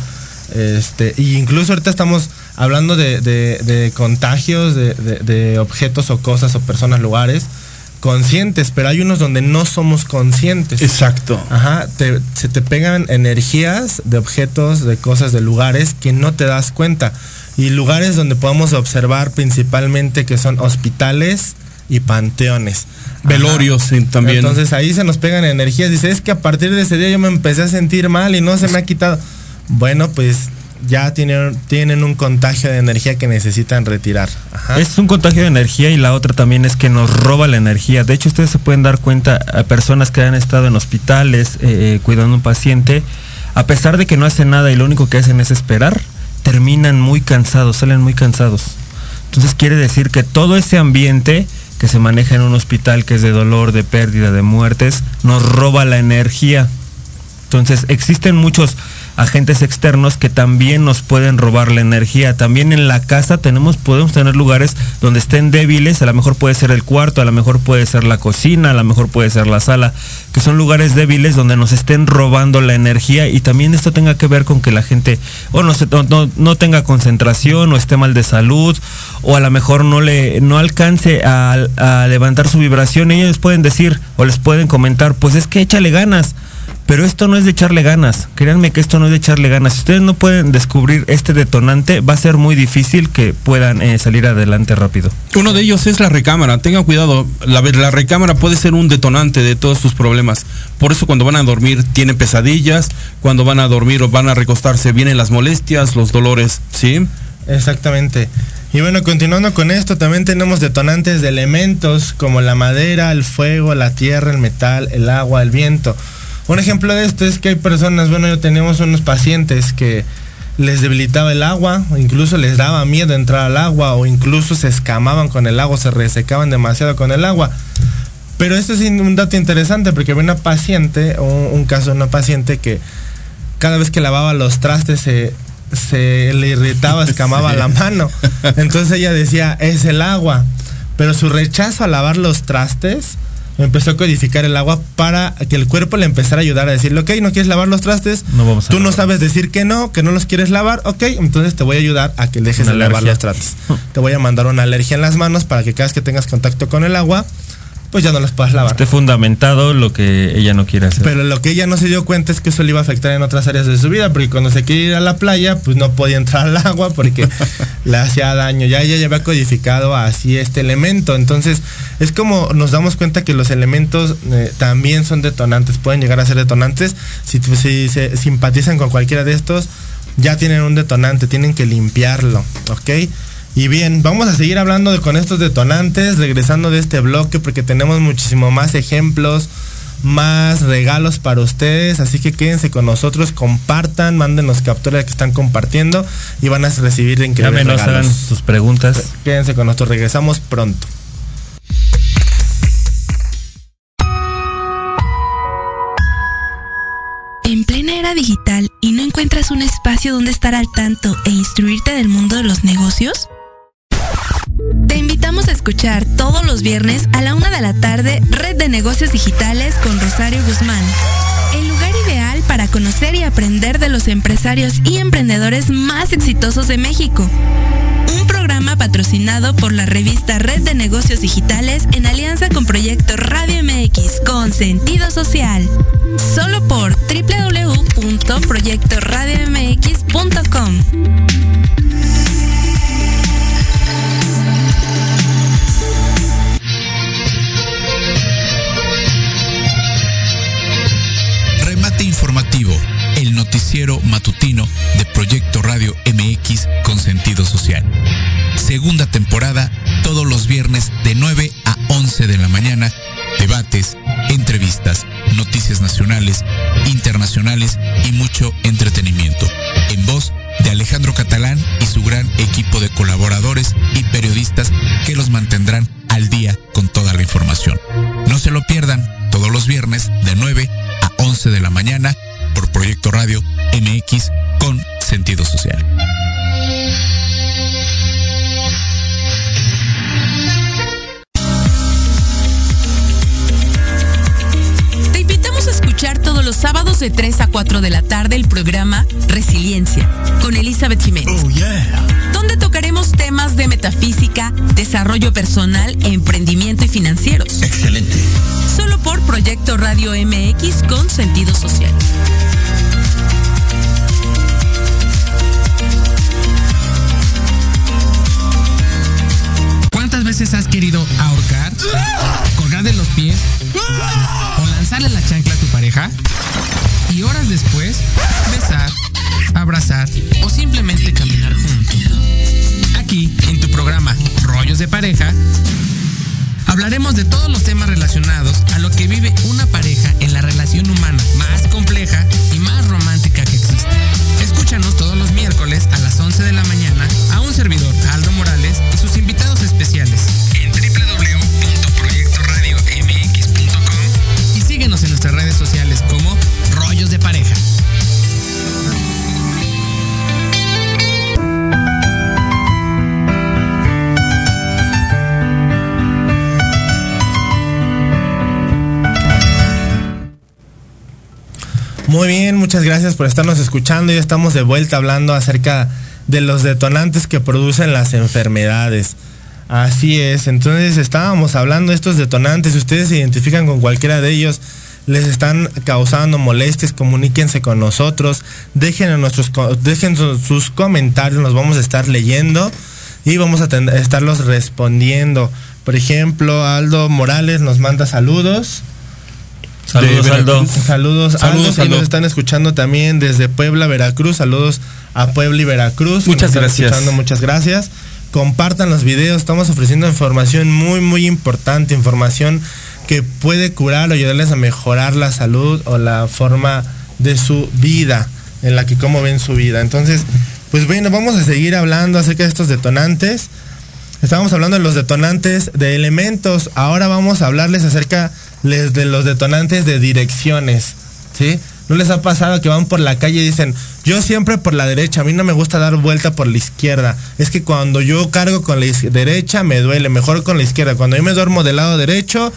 Y incluso ahorita estamos hablando de contagios de objetos o cosas o personas, lugares conscientes, pero hay unos donde no somos conscientes. Exacto. Ajá, se te pegan energías de objetos, de cosas, de lugares que no te das cuenta. Y lugares donde podemos observar principalmente que son hospitales y panteones. Velorios. Sí, también. Entonces ahí se nos pegan energías. Dice, es que a partir de ese día yo me empecé a sentir mal y no se me ha quitado. Bueno, pues ya tienen un contagio de energía que necesitan retirar. Ajá. Es un contagio de energía y la otra también es que nos roba la energía. De hecho, ustedes se pueden dar cuenta a personas que han estado en hospitales cuidando a un paciente, a pesar de que no hacen nada y lo único que hacen es esperar, terminan muy cansados, salen muy cansados. Entonces quiere decir que todo ese ambiente que se maneja en un hospital, que es de dolor, de pérdida, de muertes, nos roba la energía. Entonces existen muchos agentes externos que también nos pueden robar la energía. También en la casa podemos tener lugares donde estén débiles, a lo mejor puede ser el cuarto, a lo mejor puede ser la cocina, a lo mejor puede ser la sala, que son lugares débiles donde nos estén robando la energía, y también esto tenga que ver con que la gente no tenga concentración, o esté mal de salud, o a lo mejor no alcance a levantar su vibración. Ellos les pueden decir o les pueden comentar, pues es que échale ganas. Pero esto no es de echarle ganas, créanme que esto no es de echarle ganas. Si ustedes no pueden descubrir este detonante, va a ser muy difícil que puedan salir adelante rápido. Uno de ellos es la recámara. Tengan cuidado, la recámara puede ser un detonante de todos sus problemas. Por eso cuando van a dormir tienen pesadillas, cuando van a dormir o van a recostarse vienen las molestias, los dolores, ¿sí? Exactamente. Y bueno, continuando con esto, también tenemos detonantes de elementos como la madera, el fuego, la tierra, el metal, el agua, el viento. Un ejemplo de esto es que hay personas, yo teníamos unos pacientes que les debilitaba el agua, o incluso les daba miedo entrar al agua, o incluso se escamaban con el agua, se resecaban demasiado con el agua. Pero esto es un dato interesante, porque había una paciente, un caso de una paciente que cada vez que lavaba los trastes se le irritaba, escamaba la mano. Entonces ella decía, es el agua. Pero su rechazo a lavar los trastes empezó a codificar el agua para que el cuerpo le empezara a ayudar a decirle, ok, no quieres lavar los trastes, tú no sabes decir que no los quieres lavar, ok, entonces te voy a ayudar a que dejes de lavar los trastes. Te voy a mandar una alergia en las manos para que cada vez que tengas contacto con el agua, pues ya no las puedas lavar. Esté fundamentado lo que ella no quiere hacer. Pero lo que ella no se dio cuenta es que eso le iba a afectar en otras áreas de su vida, porque cuando se quiere ir a la playa, pues no podía entrar al agua porque le hacía daño. Ya ella ya había codificado así este elemento. Entonces, es como nos damos cuenta que los elementos también son detonantes, pueden llegar a ser detonantes. Si se simpatizan con cualquiera de estos, ya tienen un detonante, tienen que limpiarlo, ¿ok? Y bien, vamos a seguir hablando con estos detonantes, regresando de este bloque, porque tenemos muchísimo más ejemplos, más regalos para ustedes, así que quédense con nosotros, compartan, mándenos capturas que están compartiendo y van a recibir increíbles regalos. Hagan sus preguntas. Quédense con nosotros, regresamos pronto. En plena era digital, ¿y no encuentras un espacio donde estar al tanto e instruirte del mundo de los negocios? Te invitamos a escuchar todos los viernes a la 1:00 p.m. Red de Negocios Digitales con Rosario Guzmán. El lugar ideal para conocer y aprender de los empresarios y emprendedores más exitosos de México. Un programa patrocinado por la revista Red de Negocios Digitales en alianza con Proyecto Radio MX con sentido social. Solo por www.proyectoradiomx.com. Informativo, el noticiero matutino de Proyecto Radio MX con sentido social. Segunda temporada, todos los viernes de 9 a 11 de la mañana, debates, entrevistas, noticias nacionales, internacionales y mucho entretenimiento. En voz de Alejandro Catalán y su gran equipo de colaboradores y periodistas que los mantendrán al día con toda la información. No se lo pierdan, todos los viernes de 9 a 11 de la mañana por Proyecto Radio MX con sentido social. Te invitamos a escuchar todos los sábados de 3 a 4 de la tarde el programa Resiliencia con Elizabeth Jiménez. Oh, yeah. Donde tocaremos temas de metafísica, desarrollo personal, emprendimiento y financieros. Excelente. Solo por Proyecto Radio MX con sentido social. ¿Cuántas veces has querido ahorcar, colgar de los pies o lanzarle la chancla a tu pareja? Y horas después, besar, abrazar o simplemente caminar juntos. Aquí, en tu programa Rollos de Pareja, hablaremos de todos los temas relacionados a lo que vive una pareja en la relación humana más compleja y más romántica que existe. Escúchanos todos los miércoles a las 11 de la mañana a un servidor, Aldo Morales, y sus invitados especiales en www.proyectoradiomx.com y síguenos en nuestras redes sociales como Rollos rollos de pareja. Muy bien, muchas gracias por estarnos escuchando. Ya estamos de vuelta hablando acerca de los detonantes que producen las enfermedades. Así es, entonces estábamos hablando de estos detonantes. Si ustedes se identifican con cualquiera de ellos, les están causando molestias, comuníquense con nosotros, dejen sus comentarios, los vamos a estar leyendo y vamos a estarlos respondiendo. Por ejemplo, Aldo Morales nos manda saludos. Saludos, Aldo. Saludos, Aldo. Y nos están escuchando también desde Puebla, Veracruz. Saludos a Puebla y Veracruz. Muchas gracias. Muchas gracias. Compartan los videos. Estamos ofreciendo información muy, muy importante. Información que puede curar o ayudarles a mejorar la salud o la forma de su vida, en la que cómo ven su vida. Entonces, pues bueno, vamos a seguir hablando acerca de estos detonantes. Estábamos hablando de los detonantes de elementos. Ahora vamos a hablarles acerca de los detonantes de direcciones, ¿sí? ¿No les ha pasado que van por la calle y dicen, yo siempre por la derecha, a mí no me gusta dar vuelta por la izquierda? Es que cuando yo cargo con la derecha me duele, mejor con la izquierda. Cuando yo me duermo del lado derecho,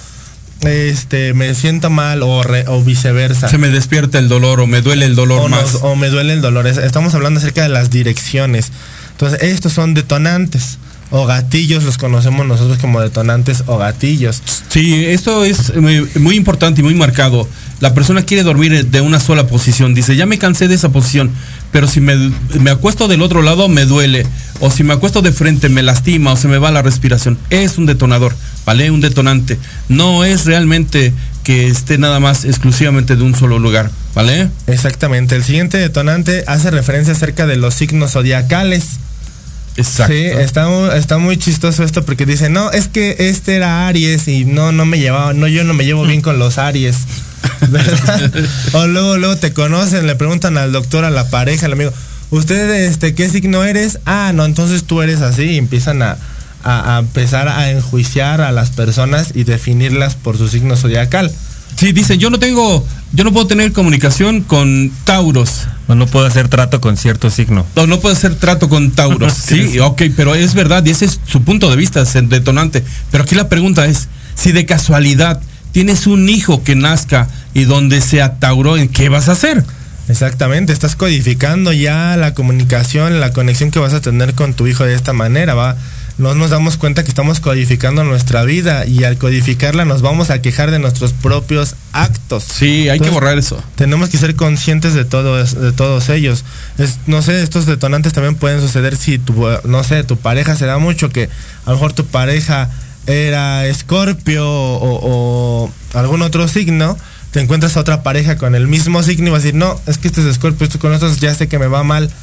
me siento mal o viceversa. Se me despierta el dolor o me duele el dolor más. O me duele el dolor. Estamos hablando acerca de las direcciones. Entonces, estos son detonantes. O gatillos, los conocemos nosotros como detonantes o gatillos. Sí, esto es muy importante y muy marcado. La persona quiere dormir de una sola posición. Dice, ya me cansé de esa posición, pero si me acuesto del otro lado me duele. O si me acuesto de frente me lastima o se me va la respiración. Es un detonador, ¿vale? Un detonante. No es realmente que esté nada más exclusivamente de un solo lugar, ¿vale? Exactamente. El siguiente detonante hace referencia acerca de los signos zodiacales. Exacto. Sí, está muy chistoso esto porque dice, no, es que este era Aries y yo no me llevo bien con los Aries, ¿verdad? O luego te conocen, le preguntan al doctor, a la pareja, al amigo, ¿usted qué signo eres? Ah, no, entonces tú eres así, y empiezan a empezar a enjuiciar a las personas y definirlas por su signo zodiacal. Sí, dicen, yo no puedo tener comunicación con Tauros. O no puedo hacer trato con cierto signo. No puedo hacer trato con Tauros. Sí, ok, pero es verdad, y ese es su punto de vista, es el detonante. Pero aquí la pregunta es, si de casualidad tienes un hijo que nazca y donde sea Tauro, ¿qué vas a hacer? Exactamente, estás codificando ya la comunicación, la conexión que vas a tener con tu hijo de esta manera, no nos damos cuenta que estamos codificando nuestra vida y al codificarla nos vamos a quejar de nuestros propios actos. Sí, hay que borrar eso. Tenemos que ser conscientes de todos ellos. Estos detonantes también pueden suceder si tu pareja se da mucho, que a lo mejor tu pareja era Escorpio o algún otro signo, te encuentras a otra pareja con el mismo signo y vas a decir, no, es que este es Escorpio, esto con estos ya sé que me va mal.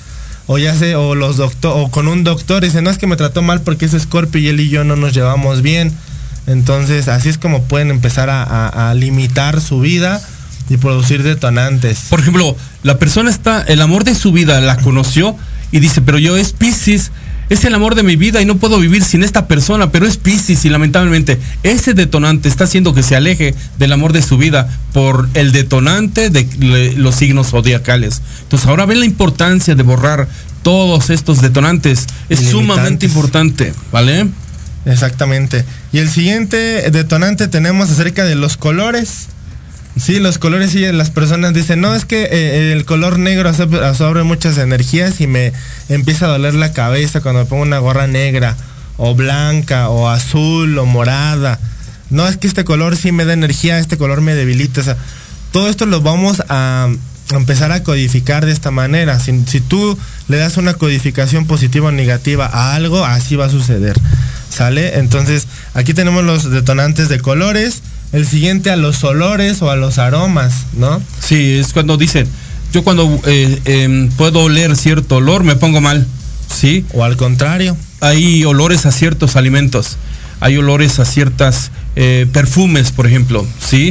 O con un doctor dice, no, es que me trató mal porque es Escorpio y él y yo no nos llevamos bien. Entonces así es como pueden empezar a limitar su vida y producir detonantes. Por ejemplo, la persona el amor de su vida la conoció y dice, pero yo es Piscis, es el amor de mi vida y no puedo vivir sin esta persona, pero es Piscis, y lamentablemente ese detonante está haciendo que se aleje del amor de su vida por el detonante de los signos zodiacales. Entonces ahora ven la importancia de borrar todos estos detonantes. Es sumamente importante, ¿vale? Exactamente. Y el siguiente detonante tenemos acerca de los colores. Sí, los colores, sí, las personas dicen, no, es que el color negro absorbe muchas energías y me empieza a doler la cabeza cuando me pongo una gorra negra, o blanca, o azul, o morada. No, es que este color sí me da energía, este color me debilita. O sea, todo esto lo vamos a empezar a codificar de esta manera. Si tú le das una codificación positiva o negativa a algo, así va a suceder. ¿Sale? Entonces, aquí tenemos los detonantes de colores. El siguiente a los olores o a los aromas, ¿no? Sí, es cuando dicen, yo cuando puedo oler cierto olor me pongo mal, ¿sí? O al contrario. Hay olores a ciertos alimentos, hay olores a ciertas perfumes, por ejemplo, ¿sí?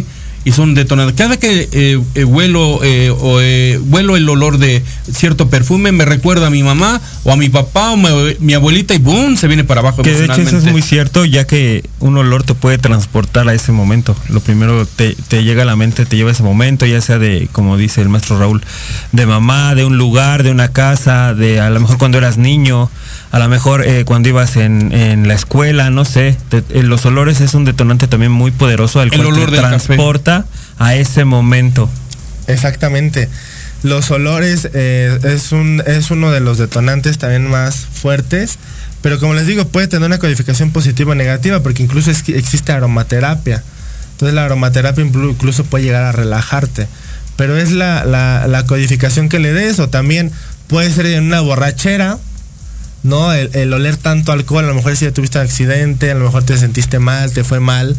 y son detonantes. Cada que huelo el olor de cierto perfume, me recuerda a mi mamá o a mi papá o mi abuelita y ¡boom! Se viene para abajo. Que de hecho eso es muy cierto, ya que un olor te puede transportar a ese momento. Lo primero te llega a la mente, te lleva a ese momento, ya sea de, como dice el maestro Raúl, de mamá, de un lugar, de una casa, de a lo mejor cuando eras niño, a lo mejor cuando ibas en la escuela, no sé. Los olores es un detonante también muy poderoso al cual te transporta a ese momento. Exactamente. Los olores es uno de los detonantes también más fuertes, pero como les digo, puede tener una codificación positiva o negativa, porque incluso existe aromaterapia. Entonces la aromaterapia incluso puede llegar a relajarte, pero es la codificación que le des, o también puede ser en una borrachera, ¿no? El oler tanto alcohol, a lo mejor si ya tuviste un accidente, a lo mejor te sentiste mal, te fue mal,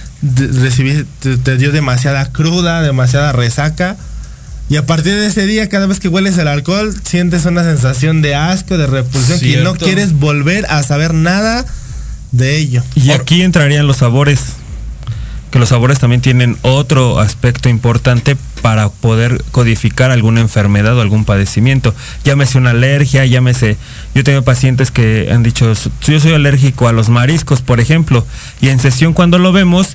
te dio demasiada cruda, demasiada resaca, y a partir de ese día, cada vez que hueles el alcohol, sientes una sensación de asco, de repulsión, que no quieres volver a saber nada de ello. Y aquí entrarían los sabores, que los sabores también tienen otro aspecto importante para poder codificar alguna enfermedad o algún padecimiento. Llámese una alergia, yo tengo pacientes que han dicho, yo soy alérgico a los mariscos, por ejemplo, y en sesión cuando lo vemos,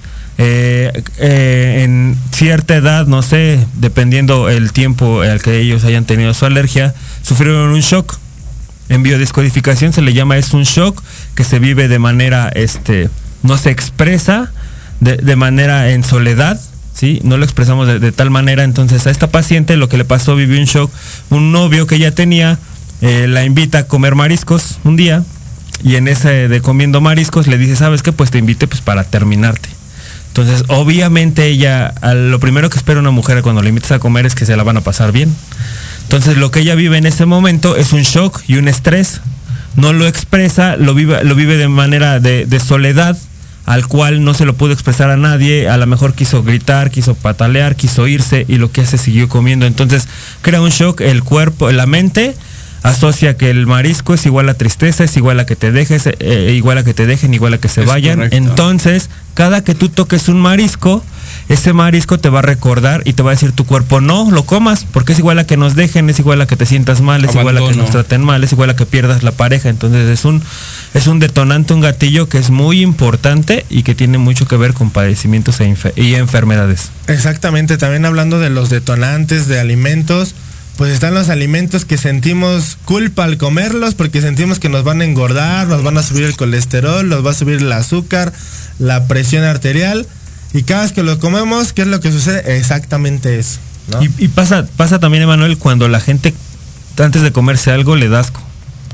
en cierta edad, no sé, dependiendo el tiempo al que ellos hayan tenido su alergia, sufrieron un shock. En biodescodificación se le llama, es un shock que se vive de manera, no se expresa, de manera en soledad, ¿sí? No lo expresamos de tal manera. Entonces a esta paciente lo que le pasó, vivió un shock. Un novio que ella tenía la invita a comer mariscos un día, y en ese de comiendo mariscos le dice, ¿sabes qué? Pues te invité pues para terminarte. Entonces obviamente ella, lo primero que espera una mujer cuando le invitas a comer es que se la van a pasar bien. Entonces lo que ella vive en ese momento es un shock y un estrés. No lo expresa, lo vive de manera de soledad, al cual no se lo pudo expresar a nadie. A lo mejor quiso gritar, quiso patalear, quiso irse, y lo que hace, siguió comiendo. Entonces crea un shock, el cuerpo, la mente asocia que el marisco es igual a tristeza, es igual a que te dejes, igual a que te dejen, igual a que se vayan. Correcto. Entonces cada que tú toques un marisco, ese marisco te va a recordar y te va a decir tu cuerpo, no lo comas, porque es igual a que nos dejen, es igual a que te sientas mal, es igual a que nos traten mal, es igual a que pierdas la pareja. Entonces es un detonante, un gatillo que es muy importante y que tiene mucho que ver con padecimientos y enfermedades. Exactamente. También hablando de los detonantes de alimentos, pues están los alimentos que sentimos culpa al comerlos, porque sentimos que nos van a engordar, nos van a subir el colesterol, nos va a subir el azúcar, la presión arterial. Y cada vez que lo comemos, ¿qué es lo que sucede? Exactamente eso, ¿no? Y pasa también, Emanuel, cuando la gente antes de comerse algo le da asco.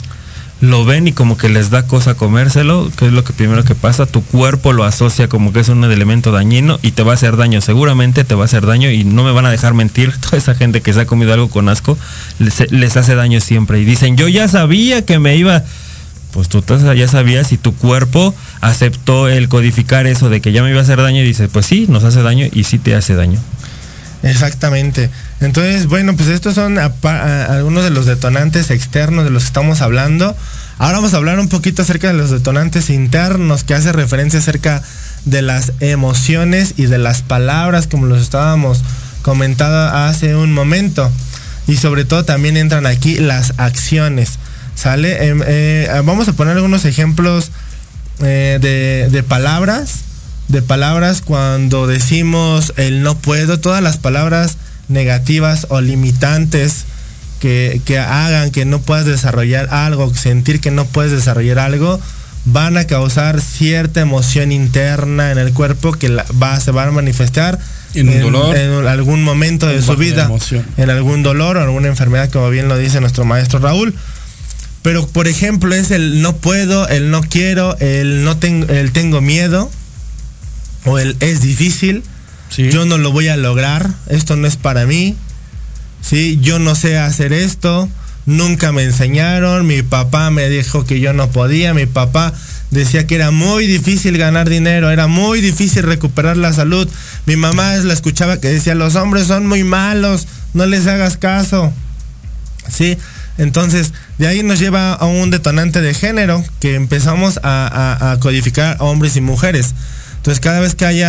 Lo ven y como que les da cosa comérselo, que es lo que primero que pasa. Tu cuerpo lo asocia como que es un elemento dañino y te va a hacer daño. Seguramente te va a hacer daño, y no me van a dejar mentir. Toda esa gente que se ha comido algo con asco les hace daño siempre. Y dicen, yo ya sabía que me iba... Pues tú ya sabías, y tu cuerpo aceptó el codificar eso de que ya me iba a hacer daño, y dice, pues sí, nos hace daño y sí te hace daño. Exactamente. Entonces, bueno, pues estos son algunos de los detonantes externos de los que estamos hablando. Ahora vamos a hablar un poquito acerca de los detonantes internos, que hace referencia acerca de las emociones y de las palabras, como los estábamos comentando hace un momento. Y sobre todo también entran aquí las acciones. ¿Sale? Vamos a poner algunos ejemplos de palabras. De palabras cuando decimos el no puedo. Todas las palabras negativas o limitantes que hagan que no puedas desarrollar algo, sentir que no puedes desarrollar algo, van a causar cierta emoción interna en el cuerpo que se va a manifestar en algún momento de su vida, en algún dolor o alguna enfermedad, como bien lo dice nuestro maestro Raúl. Pero por ejemplo es el no puedo, el no quiero, el tengo miedo, o el es difícil, sí. Yo no lo voy a lograr, esto no es para mí, ¿sí? Yo no sé hacer esto, nunca me enseñaron, mi papá me dijo que yo no podía, mi papá decía que era muy difícil ganar dinero, era muy difícil recuperar la salud, mi mamá la escuchaba que decía, los hombres son muy malos, no les hagas caso, ¿sí? Entonces, de ahí nos lleva a un detonante de género, que empezamos a codificar hombres y mujeres. Entonces, cada vez que haya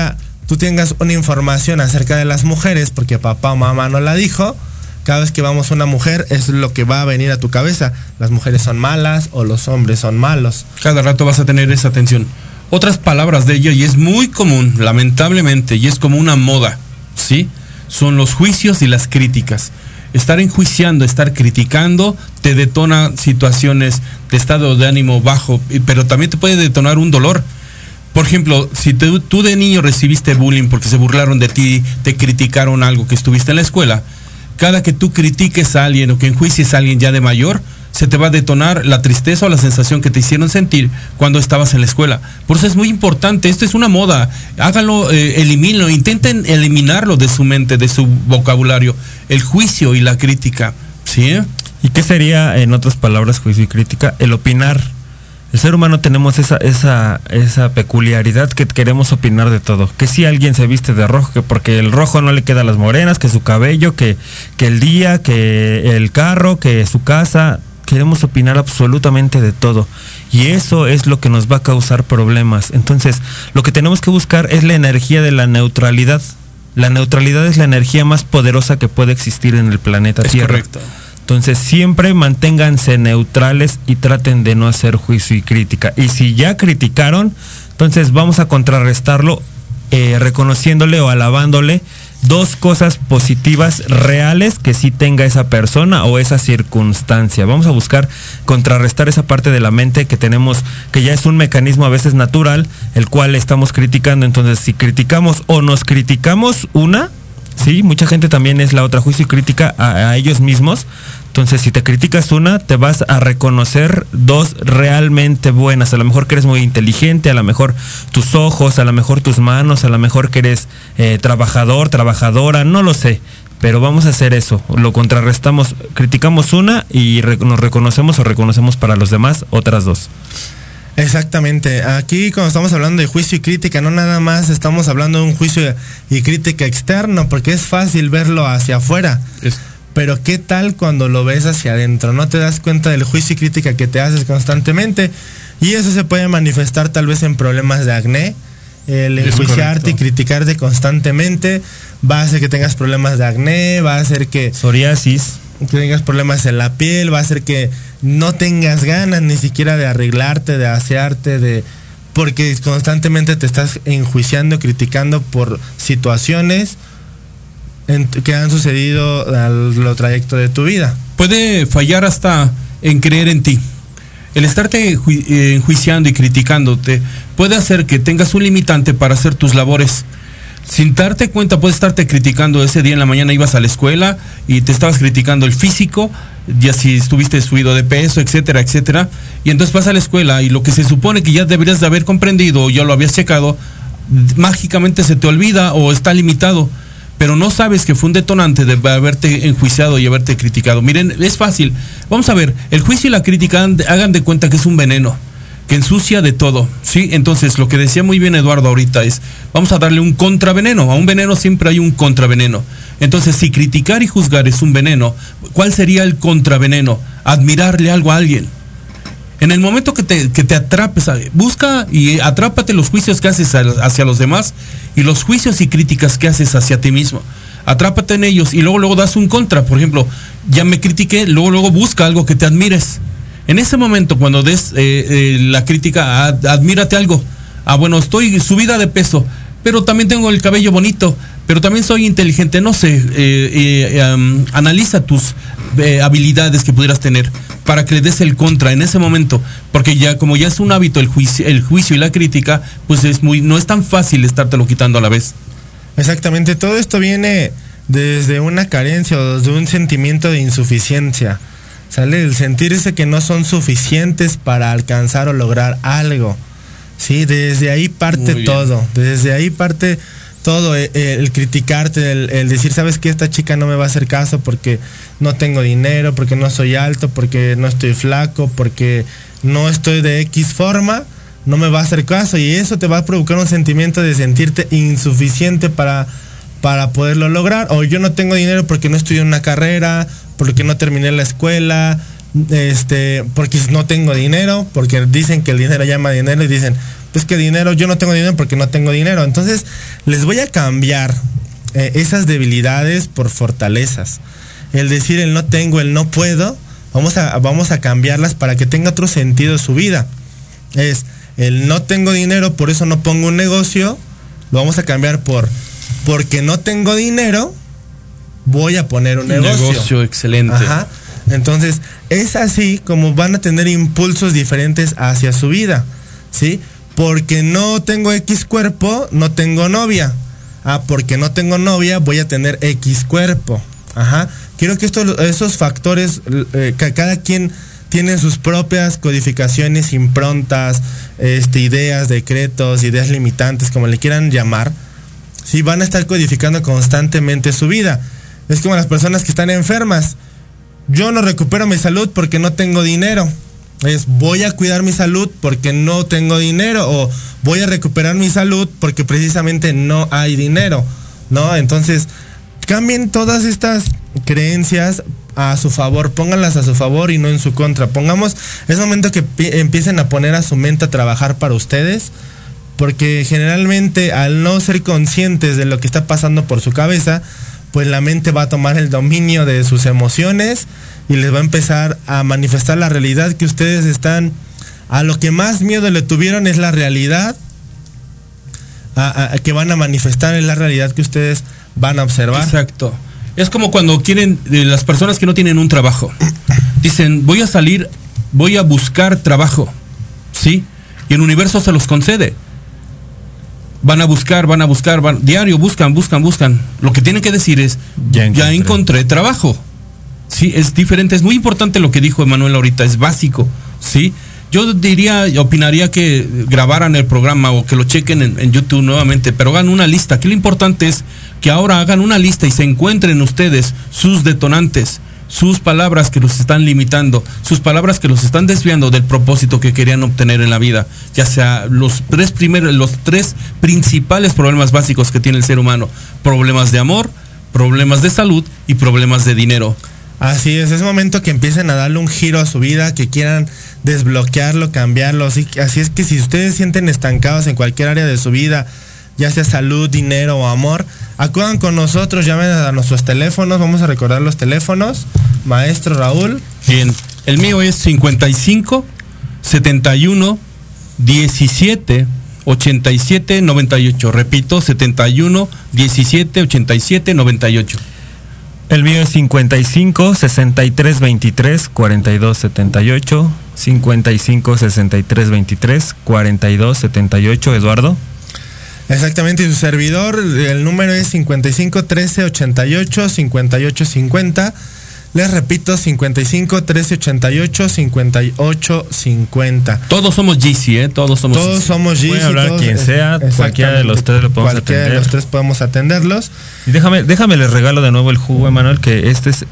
tú tengas una información acerca de las mujeres, porque papá o mamá no la dijo, cada vez que vamos a una mujer es lo que va a venir a tu cabeza. Las mujeres son malas o los hombres son malos. Cada rato vas a tener esa tensión. Otras palabras de ella, y es muy común, lamentablemente, y es como una moda, ¿sí? Son los juicios y las críticas. Estar enjuiciando, estar criticando, te detona situaciones de estado de ánimo bajo, pero también te puede detonar un dolor. Por ejemplo, si tú de niño recibiste bullying porque se burlaron de ti, te criticaron algo que estuviste en la escuela, cada que tú critiques a alguien o que enjuicies a alguien ya de mayor, se te va a detonar la tristeza o la sensación que te hicieron sentir cuando estabas en la escuela. Por eso es muy importante, esto es una moda, háganlo, elimínenlo, intenten eliminarlo de su mente, de su vocabulario, el juicio y la crítica, ¿sí? ¿Y qué sería, en otras palabras, juicio y crítica? El opinar. El ser humano tenemos esa peculiaridad que queremos opinar de todo. Que si alguien se viste de rojo, que porque el rojo no le queda a las morenas, que su cabello, que el día, que el carro, que su casa. Queremos opinar absolutamente de todo. Y eso es lo que nos va a causar problemas. Entonces, lo que tenemos que buscar es la energía de la neutralidad. La neutralidad es la energía más poderosa que puede existir en el planeta Tierra. Correcto. Entonces siempre manténganse neutrales y traten de no hacer juicio y crítica. Y si ya criticaron, entonces vamos a contrarrestarlo reconociéndole o alabándole dos cosas positivas reales que sí tenga esa persona o esa circunstancia. Vamos a buscar contrarrestar esa parte de la mente que tenemos, que ya es un mecanismo a veces natural, el cual estamos criticando. Entonces si criticamos o nos criticamos sí, mucha gente también es la otra, juicio y crítica a ellos mismos. Entonces, si te criticas una, te vas a reconocer dos realmente buenas. A lo mejor que eres muy inteligente, a lo mejor tus ojos, a lo mejor tus manos, a lo mejor que eres trabajador, trabajadora, no lo sé. Pero vamos a hacer eso, lo contrarrestamos, criticamos una y nos reconocemos o reconocemos para los demás otras dos. Exactamente, aquí cuando estamos hablando de juicio y crítica, no nada más estamos hablando de un juicio y crítica externo, porque es fácil verlo hacia afuera, pero ¿qué tal cuando lo ves hacia adentro? No te das cuenta del juicio y crítica que te haces constantemente, y eso se puede manifestar tal vez en problemas de acné. El enjuiciarte y criticarte constantemente va a hacer que tengas problemas de acné, va a hacer que psoriasis, que tengas problemas en la piel, va a hacer que no tengas ganas ni siquiera de arreglarte, de asearte, porque constantemente te estás enjuiciando, criticando por situaciones que han sucedido a lo trayecto de tu vida. Puede fallar hasta en creer en ti. El estarte enjuiciando y criticándote puede hacer que tengas un limitante para hacer tus labores. Sin darte cuenta, puedes estarte criticando. Ese día en la mañana ibas a la escuela y te estabas criticando el físico, ya si estuviste subido de peso, etcétera, etcétera. Y entonces vas a la escuela y lo que se supone que ya deberías de haber comprendido o ya lo habías checado, mágicamente se te olvida o está limitado. Pero no sabes que fue un detonante de haberte enjuiciado y haberte criticado. Miren, es fácil. Vamos a ver, el juicio y la crítica, hagan de cuenta que es un veneno que ensucia de todo, ¿sí? Entonces, lo que decía muy bien Eduardo ahorita es, vamos a darle un contraveneno. A un veneno siempre hay un contraveneno. Entonces, si criticar y juzgar es un veneno, ¿cuál sería el contraveneno? Admirarle algo a alguien. En el momento que te atrapes, busca y atrápate los juicios que haces hacia los demás y los juicios y críticas que haces hacia ti mismo. Atrápate en ellos y luego das un contra. Por ejemplo, ya me critiqué, luego busca algo que te admires. En ese momento, cuando des la crítica, admírate algo. Bueno, estoy subida de peso, pero también tengo el cabello bonito, pero también soy inteligente. No sé, analiza tus habilidades que pudieras tener para que le des el contra en ese momento, porque ya como ya es un hábito el juicio y la crítica, pues no es tan fácil estártelo quitando a la vez. Exactamente, todo esto viene desde una carencia o desde un sentimiento de insuficiencia, ¿sale? El sentirse que no son suficientes para alcanzar o lograr algo, ¿sí? Desde ahí parte todo, desde ahí parte todo, el criticarte, el decir, sabes que esta chica no me va a hacer caso porque no tengo dinero, porque no soy alto, porque no estoy flaco, porque no estoy de X forma, no me va a hacer caso, y eso te va a provocar un sentimiento de sentirte insuficiente para poderlo lograr. O yo no tengo dinero porque no estudié una carrera, porque no terminé la escuela, porque no tengo dinero, porque dicen que el dinero llama dinero y dicen, es que dinero, yo no tengo dinero porque no tengo dinero. Entonces, les voy a cambiar esas debilidades por fortalezas. El decir el no tengo, el no puedo, vamos a cambiarlas para que tenga otro sentido su vida. Es el no tengo dinero, por eso no pongo un negocio, lo vamos a cambiar por porque no tengo dinero, voy a poner un negocio. Negocio, excelente. Ajá. Entonces, es así como van a tener impulsos diferentes hacia su vida, ¿sí? Porque no tengo X cuerpo, no tengo novia. Porque no tengo novia, voy a tener X cuerpo. Ajá. Quiero que esos factores, que cada quien tiene sus propias codificaciones, improntas, ideas, decretos, ideas limitantes, como le quieran llamar, sí, van a estar codificando constantemente su vida. Es como las personas que están enfermas. Yo no recupero mi salud porque no tengo dinero. Voy a cuidar mi salud porque no tengo dinero, o voy a recuperar mi salud porque precisamente no hay dinero, ¿no? Entonces, cambien todas estas creencias a su favor, pónganlas a su favor y no en su contra. Es momento que empiecen a poner a su mente a trabajar para ustedes, porque generalmente al no ser conscientes de lo que está pasando por su cabeza, pues la mente va a tomar el dominio de sus emociones y les va a empezar a manifestar la realidad que ustedes están, a lo que más miedo le tuvieron es la realidad, que van a manifestar es la realidad que ustedes van a observar. Exacto. Es como cuando quieren, las personas que no tienen un trabajo, dicen, voy a salir, voy a buscar trabajo, ¿sí? Y el universo se los concede. Van a buscar, diario buscan. Lo que tienen que decir es, ya encontré trabajo. Sí, es diferente, es muy importante lo que dijo Emanuel ahorita, es básico, ¿sí? Yo opinaría que grabaran el programa o que lo chequen en YouTube nuevamente, pero hagan una lista. Aquí lo importante es que ahora hagan una lista y se encuentren ustedes sus detonantes, sus palabras que los están limitando, sus palabras que los están desviando del propósito que querían obtener en la vida, ya sea los tres principales problemas básicos que tiene el ser humano: problemas de amor, problemas de salud y problemas de dinero. Así es momento que empiecen a darle un giro a su vida, que quieran desbloquearlo, cambiarlo. Así es que si ustedes se sienten estancados en cualquier área de su vida, ya sea salud, dinero o amor, acudan con nosotros, llamen a nuestros teléfonos. Vamos a recordar los teléfonos, maestro Raúl. Bien, el mío es 55 71 17 87 98. Repito, 71 17 87 98. El mío es 55 63 23 42 78. 55 63 23 42 78. Eduardo. Exactamente, y su servidor, el número es 55 13 88 58 50. Les repito, 55 13 88 58 50. Todos somos GC, Todos somos GC. Puede hablar quien sea, cualquiera de los tres lo podemos atender. Cualquiera de los tres podemos atenderlos. Y déjame les regalo de nuevo el jugo, Emanuel, que este es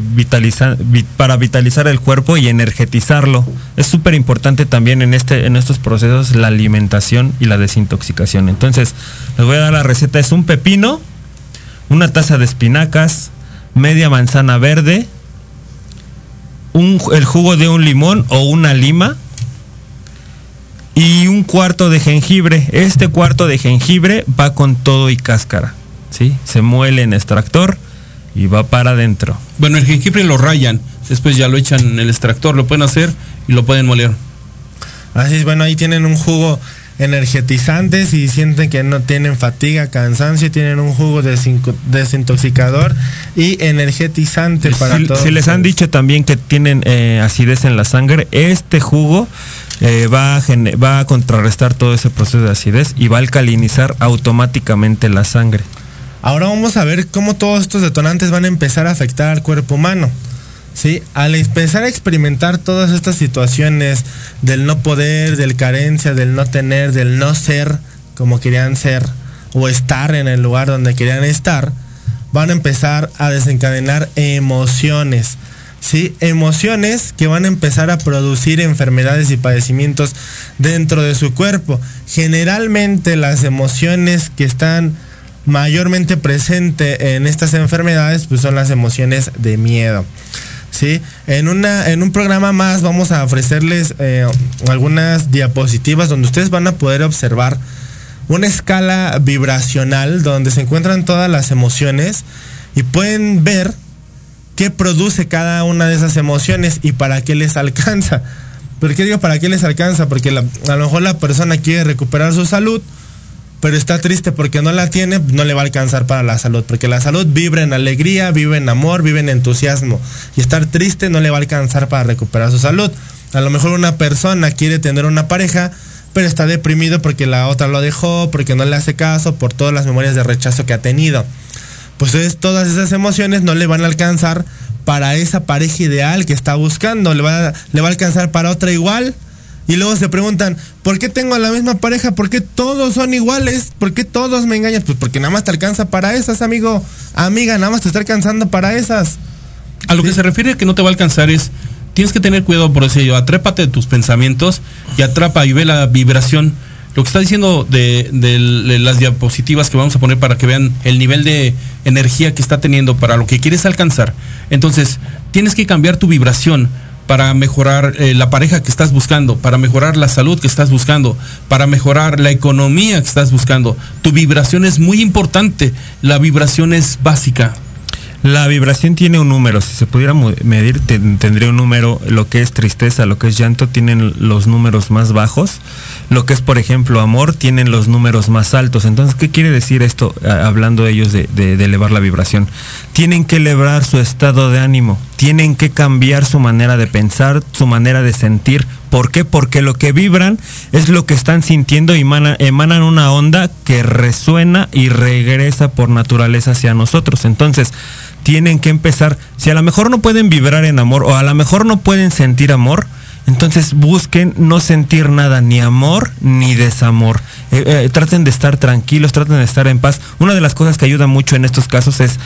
para vitalizar el cuerpo y energetizarlo. Es súper importante también en estos procesos la alimentación y la desintoxicación. Entonces, les voy a dar la receta. Es un pepino, una taza de espinacas, media manzana verde, el jugo de un limón o una lima y un cuarto de jengibre. Este cuarto de jengibre va con todo y cáscara, ¿sí? Se muele en extractor y va para adentro. Bueno, el jengibre lo rayan, después ya lo echan en el extractor, lo pueden hacer y lo pueden moler. Así es, bueno, ahí tienen un jugo energizante. Si sienten que no tienen fatiga, cansancio, tienen un jugo desintoxicador y energetizante para todos. Si les han dicho también que tienen acidez en la sangre, este jugo va a contrarrestar todo ese proceso de acidez y va a alcalinizar automáticamente la sangre. Ahora vamos a ver cómo todos estos detonantes van a empezar a afectar al cuerpo humano. ¿Sí? Al empezar a experimentar todas estas situaciones del no poder, del carencia, del no tener, del no ser como querían ser o estar en el lugar donde querían estar, van a empezar a desencadenar emociones, ¿sí? Emociones que van a empezar a producir enfermedades y padecimientos dentro de su cuerpo. Generalmente las emociones que están mayormente presentes en estas enfermedades pues son las emociones de miedo. ¿sí? En un programa más vamos a ofrecerles algunas diapositivas donde ustedes van a poder observar una escala vibracional donde se encuentran todas las emociones y pueden ver qué produce cada una de esas emociones y para qué les alcanza. ¿Por qué digo para qué les alcanza? Porque a lo mejor la persona quiere recuperar su salud, pero está triste porque no la tiene, no le va a alcanzar para la salud, porque la salud vibra en alegría, vive en amor, vive en entusiasmo, y estar triste no le va a alcanzar para recuperar su salud. A lo mejor una persona quiere tener una pareja, pero está deprimido porque la otra lo dejó, porque no le hace caso, por todas las memorias de rechazo que ha tenido. Pues entonces todas esas emociones no le van a alcanzar para esa pareja ideal que está buscando, le va a alcanzar para otra igual. Y luego se preguntan, ¿por qué tengo la misma pareja? ¿Por qué todos son iguales? ¿Por qué todos me engañan? Pues porque nada más te alcanza para esas, amigo, amiga, nada más te está alcanzando para esas. A lo que se refiere que no te va a alcanzar es, tienes que tener cuidado por eso, atrépate de tus pensamientos y atrapa y ve la vibración. Lo que está diciendo de las diapositivas que vamos a poner para que vean el nivel de energía que está teniendo para lo que quieres alcanzar. Entonces, tienes que cambiar tu vibración para mejorar la pareja que estás buscando, para mejorar la salud que estás buscando, para mejorar la economía que estás buscando. Tu vibración es muy importante, la vibración es básica. La vibración tiene un número, si se pudiera medir tendría un número. Lo que es tristeza, lo que es llanto tienen los números más bajos, lo que es por ejemplo amor tienen los números más altos. Entonces, ¿qué quiere decir esto? Hablando ellos de elevar la vibración, tienen que elevar su estado de ánimo, tienen que cambiar su manera de pensar, su manera de sentir. ¿Por qué? Porque lo que vibran es lo que están sintiendo y emanan una onda que resuena y regresa por naturaleza hacia nosotros. Entonces, tienen que empezar, si a lo mejor no pueden vibrar en amor o a lo mejor no pueden sentir amor, entonces busquen no sentir nada, ni amor ni desamor. Traten de estar tranquilos, traten de estar en paz. Una de las cosas que ayuda mucho en estos casos es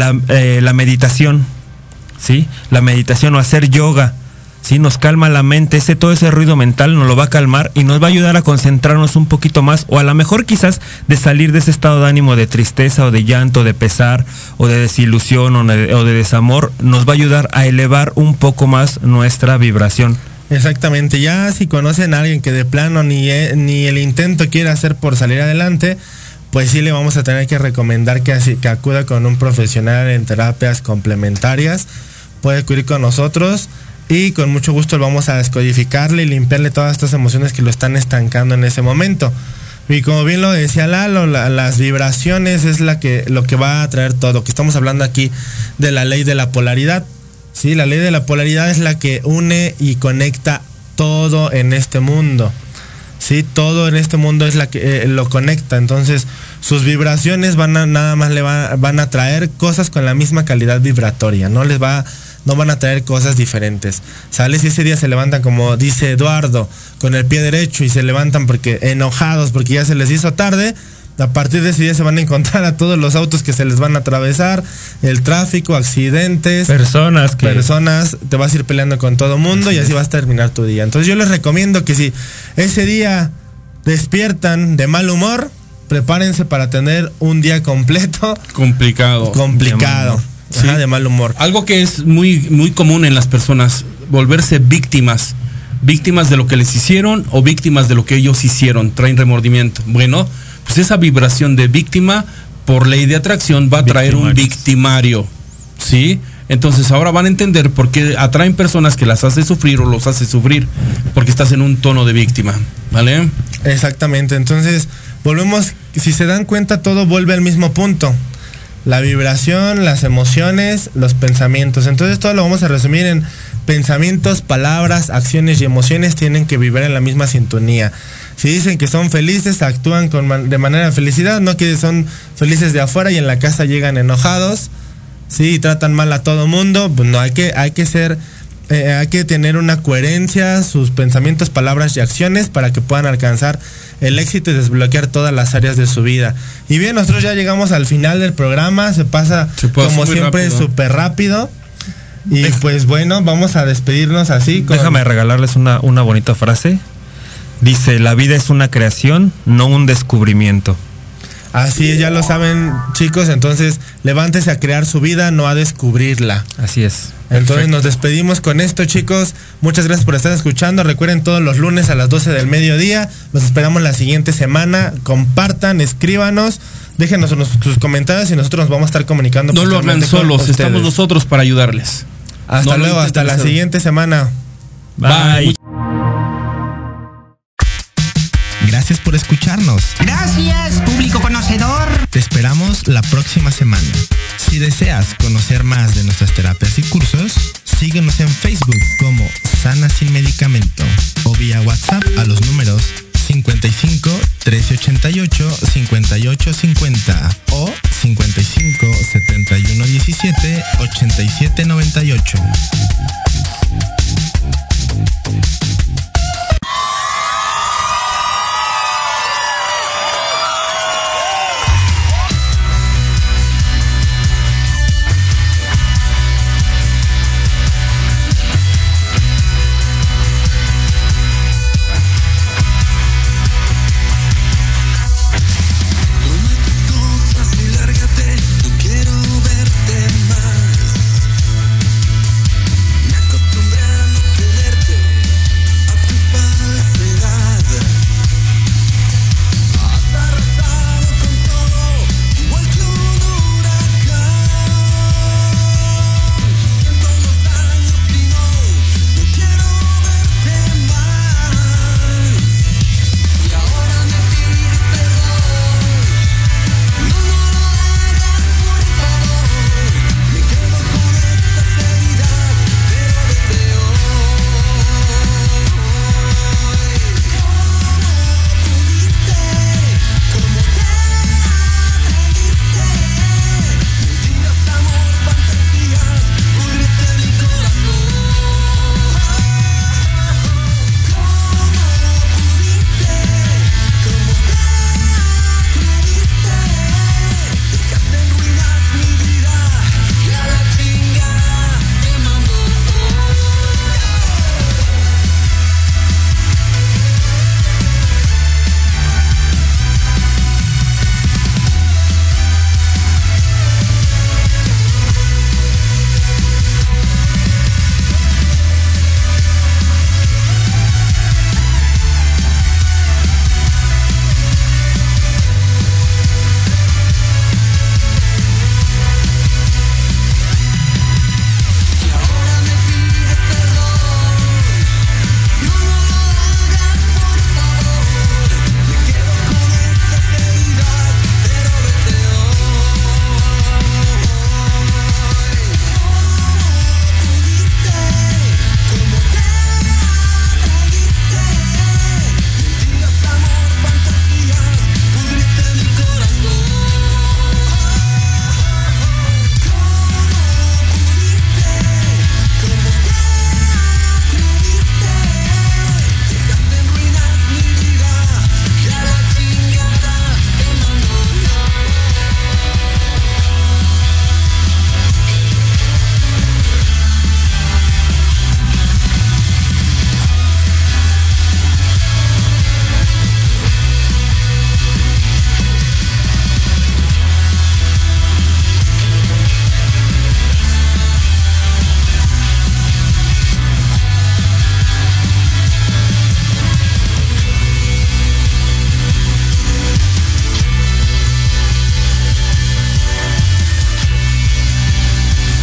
la meditación, ¿sí? La meditación o hacer yoga. Sí, nos calma la mente, todo ese ruido mental nos lo va a calmar y nos va a ayudar a concentrarnos un poquito más, o a lo mejor quizás de salir de ese estado de ánimo de tristeza o de llanto, de pesar o de desilusión o de desamor. Nos va a ayudar a elevar un poco más nuestra vibración. Exactamente, ya si conocen a alguien que de plano ni el intento quiere hacer por salir adelante, pues sí le vamos a tener que recomendar que acuda con un profesional en terapias complementarias. Puede acudir con nosotros y con mucho gusto vamos a descodificarle y limpiarle todas estas emociones que lo están estancando en ese momento. Y como bien lo decía Lalo, las vibraciones es lo que va a traer todo. Que estamos hablando aquí de la ley de la polaridad. Sí, la ley de la polaridad es la que une y conecta todo en este mundo. Sí, todo en este mundo es la que lo conecta. Entonces, sus vibraciones van a traer cosas con la misma calidad vibratoria. No van a traer cosas diferentes. ¿Sale? Si ese día se levantan, como dice Eduardo, con el pie derecho y se levantan porque enojados porque ya se les hizo tarde, a partir de ese día se van a encontrar a todos los autos que se les van a atravesar, el tráfico, accidentes, personas, te vas a ir peleando con todo mundo y así vas a terminar tu día. Entonces yo les recomiendo que si ese día despiertan de mal humor, prepárense para tener un día completo complicado. ¿Sí? De mal humor. Algo que es muy, muy común en las personas, volverse víctimas de lo que les hicieron o víctimas de lo que ellos hicieron, traen remordimiento. Bueno, pues esa vibración de víctima, por ley de atracción, va a traer un victimario, ¿sí? Entonces ahora van a entender por qué atraen personas que las hace sufrir o los hace sufrir, porque estás en un tono de víctima, ¿vale? Exactamente, entonces volvemos, si se dan cuenta, todo vuelve al mismo punto. La vibración, las emociones, los pensamientos. Entonces todo lo vamos a resumir en pensamientos, palabras, acciones y emociones tienen que vibrar en la misma sintonía. Si dicen que son felices, actúan de manera de felicidad, no que son felices de afuera y en la casa llegan enojados, sí, y tratan mal a todo mundo. Pues no, hay que tener una coherencia, sus pensamientos, palabras y acciones para que puedan alcanzar el éxito y desbloquear todas las áreas de su vida. Y bien, nosotros ya llegamos al final del programa, se pasa como siempre súper rápido. Y pues bueno, vamos a despedirnos así. Déjame regalarles una bonita frase. Dice, la vida es una creación, no un descubrimiento. Así ya lo saben, chicos, entonces levántese a crear su vida, no a descubrirla. Así es. Entonces Perfecto. nos despedimos con esto, chicos. Muchas gracias por estar escuchando. Recuerden, todos los lunes a las 12 del mediodía. Los esperamos la siguiente semana. Compartan, escríbanos, déjenos sus comentarios y nosotros nos vamos a estar comunicando. No lo hagan con solos, ustedes. estamos nosotros para ayudarles. Hasta luego, hasta la siguiente semana. Bye. Gracias por escucharnos. Gracias, público conocedor. Te esperamos la próxima semana. Si deseas conocer más de nuestras terapias y cursos, síguenos en Facebook como Sana Sin Medicamento o vía WhatsApp a los números 55 1388 5850 o 55 71 17 87 98.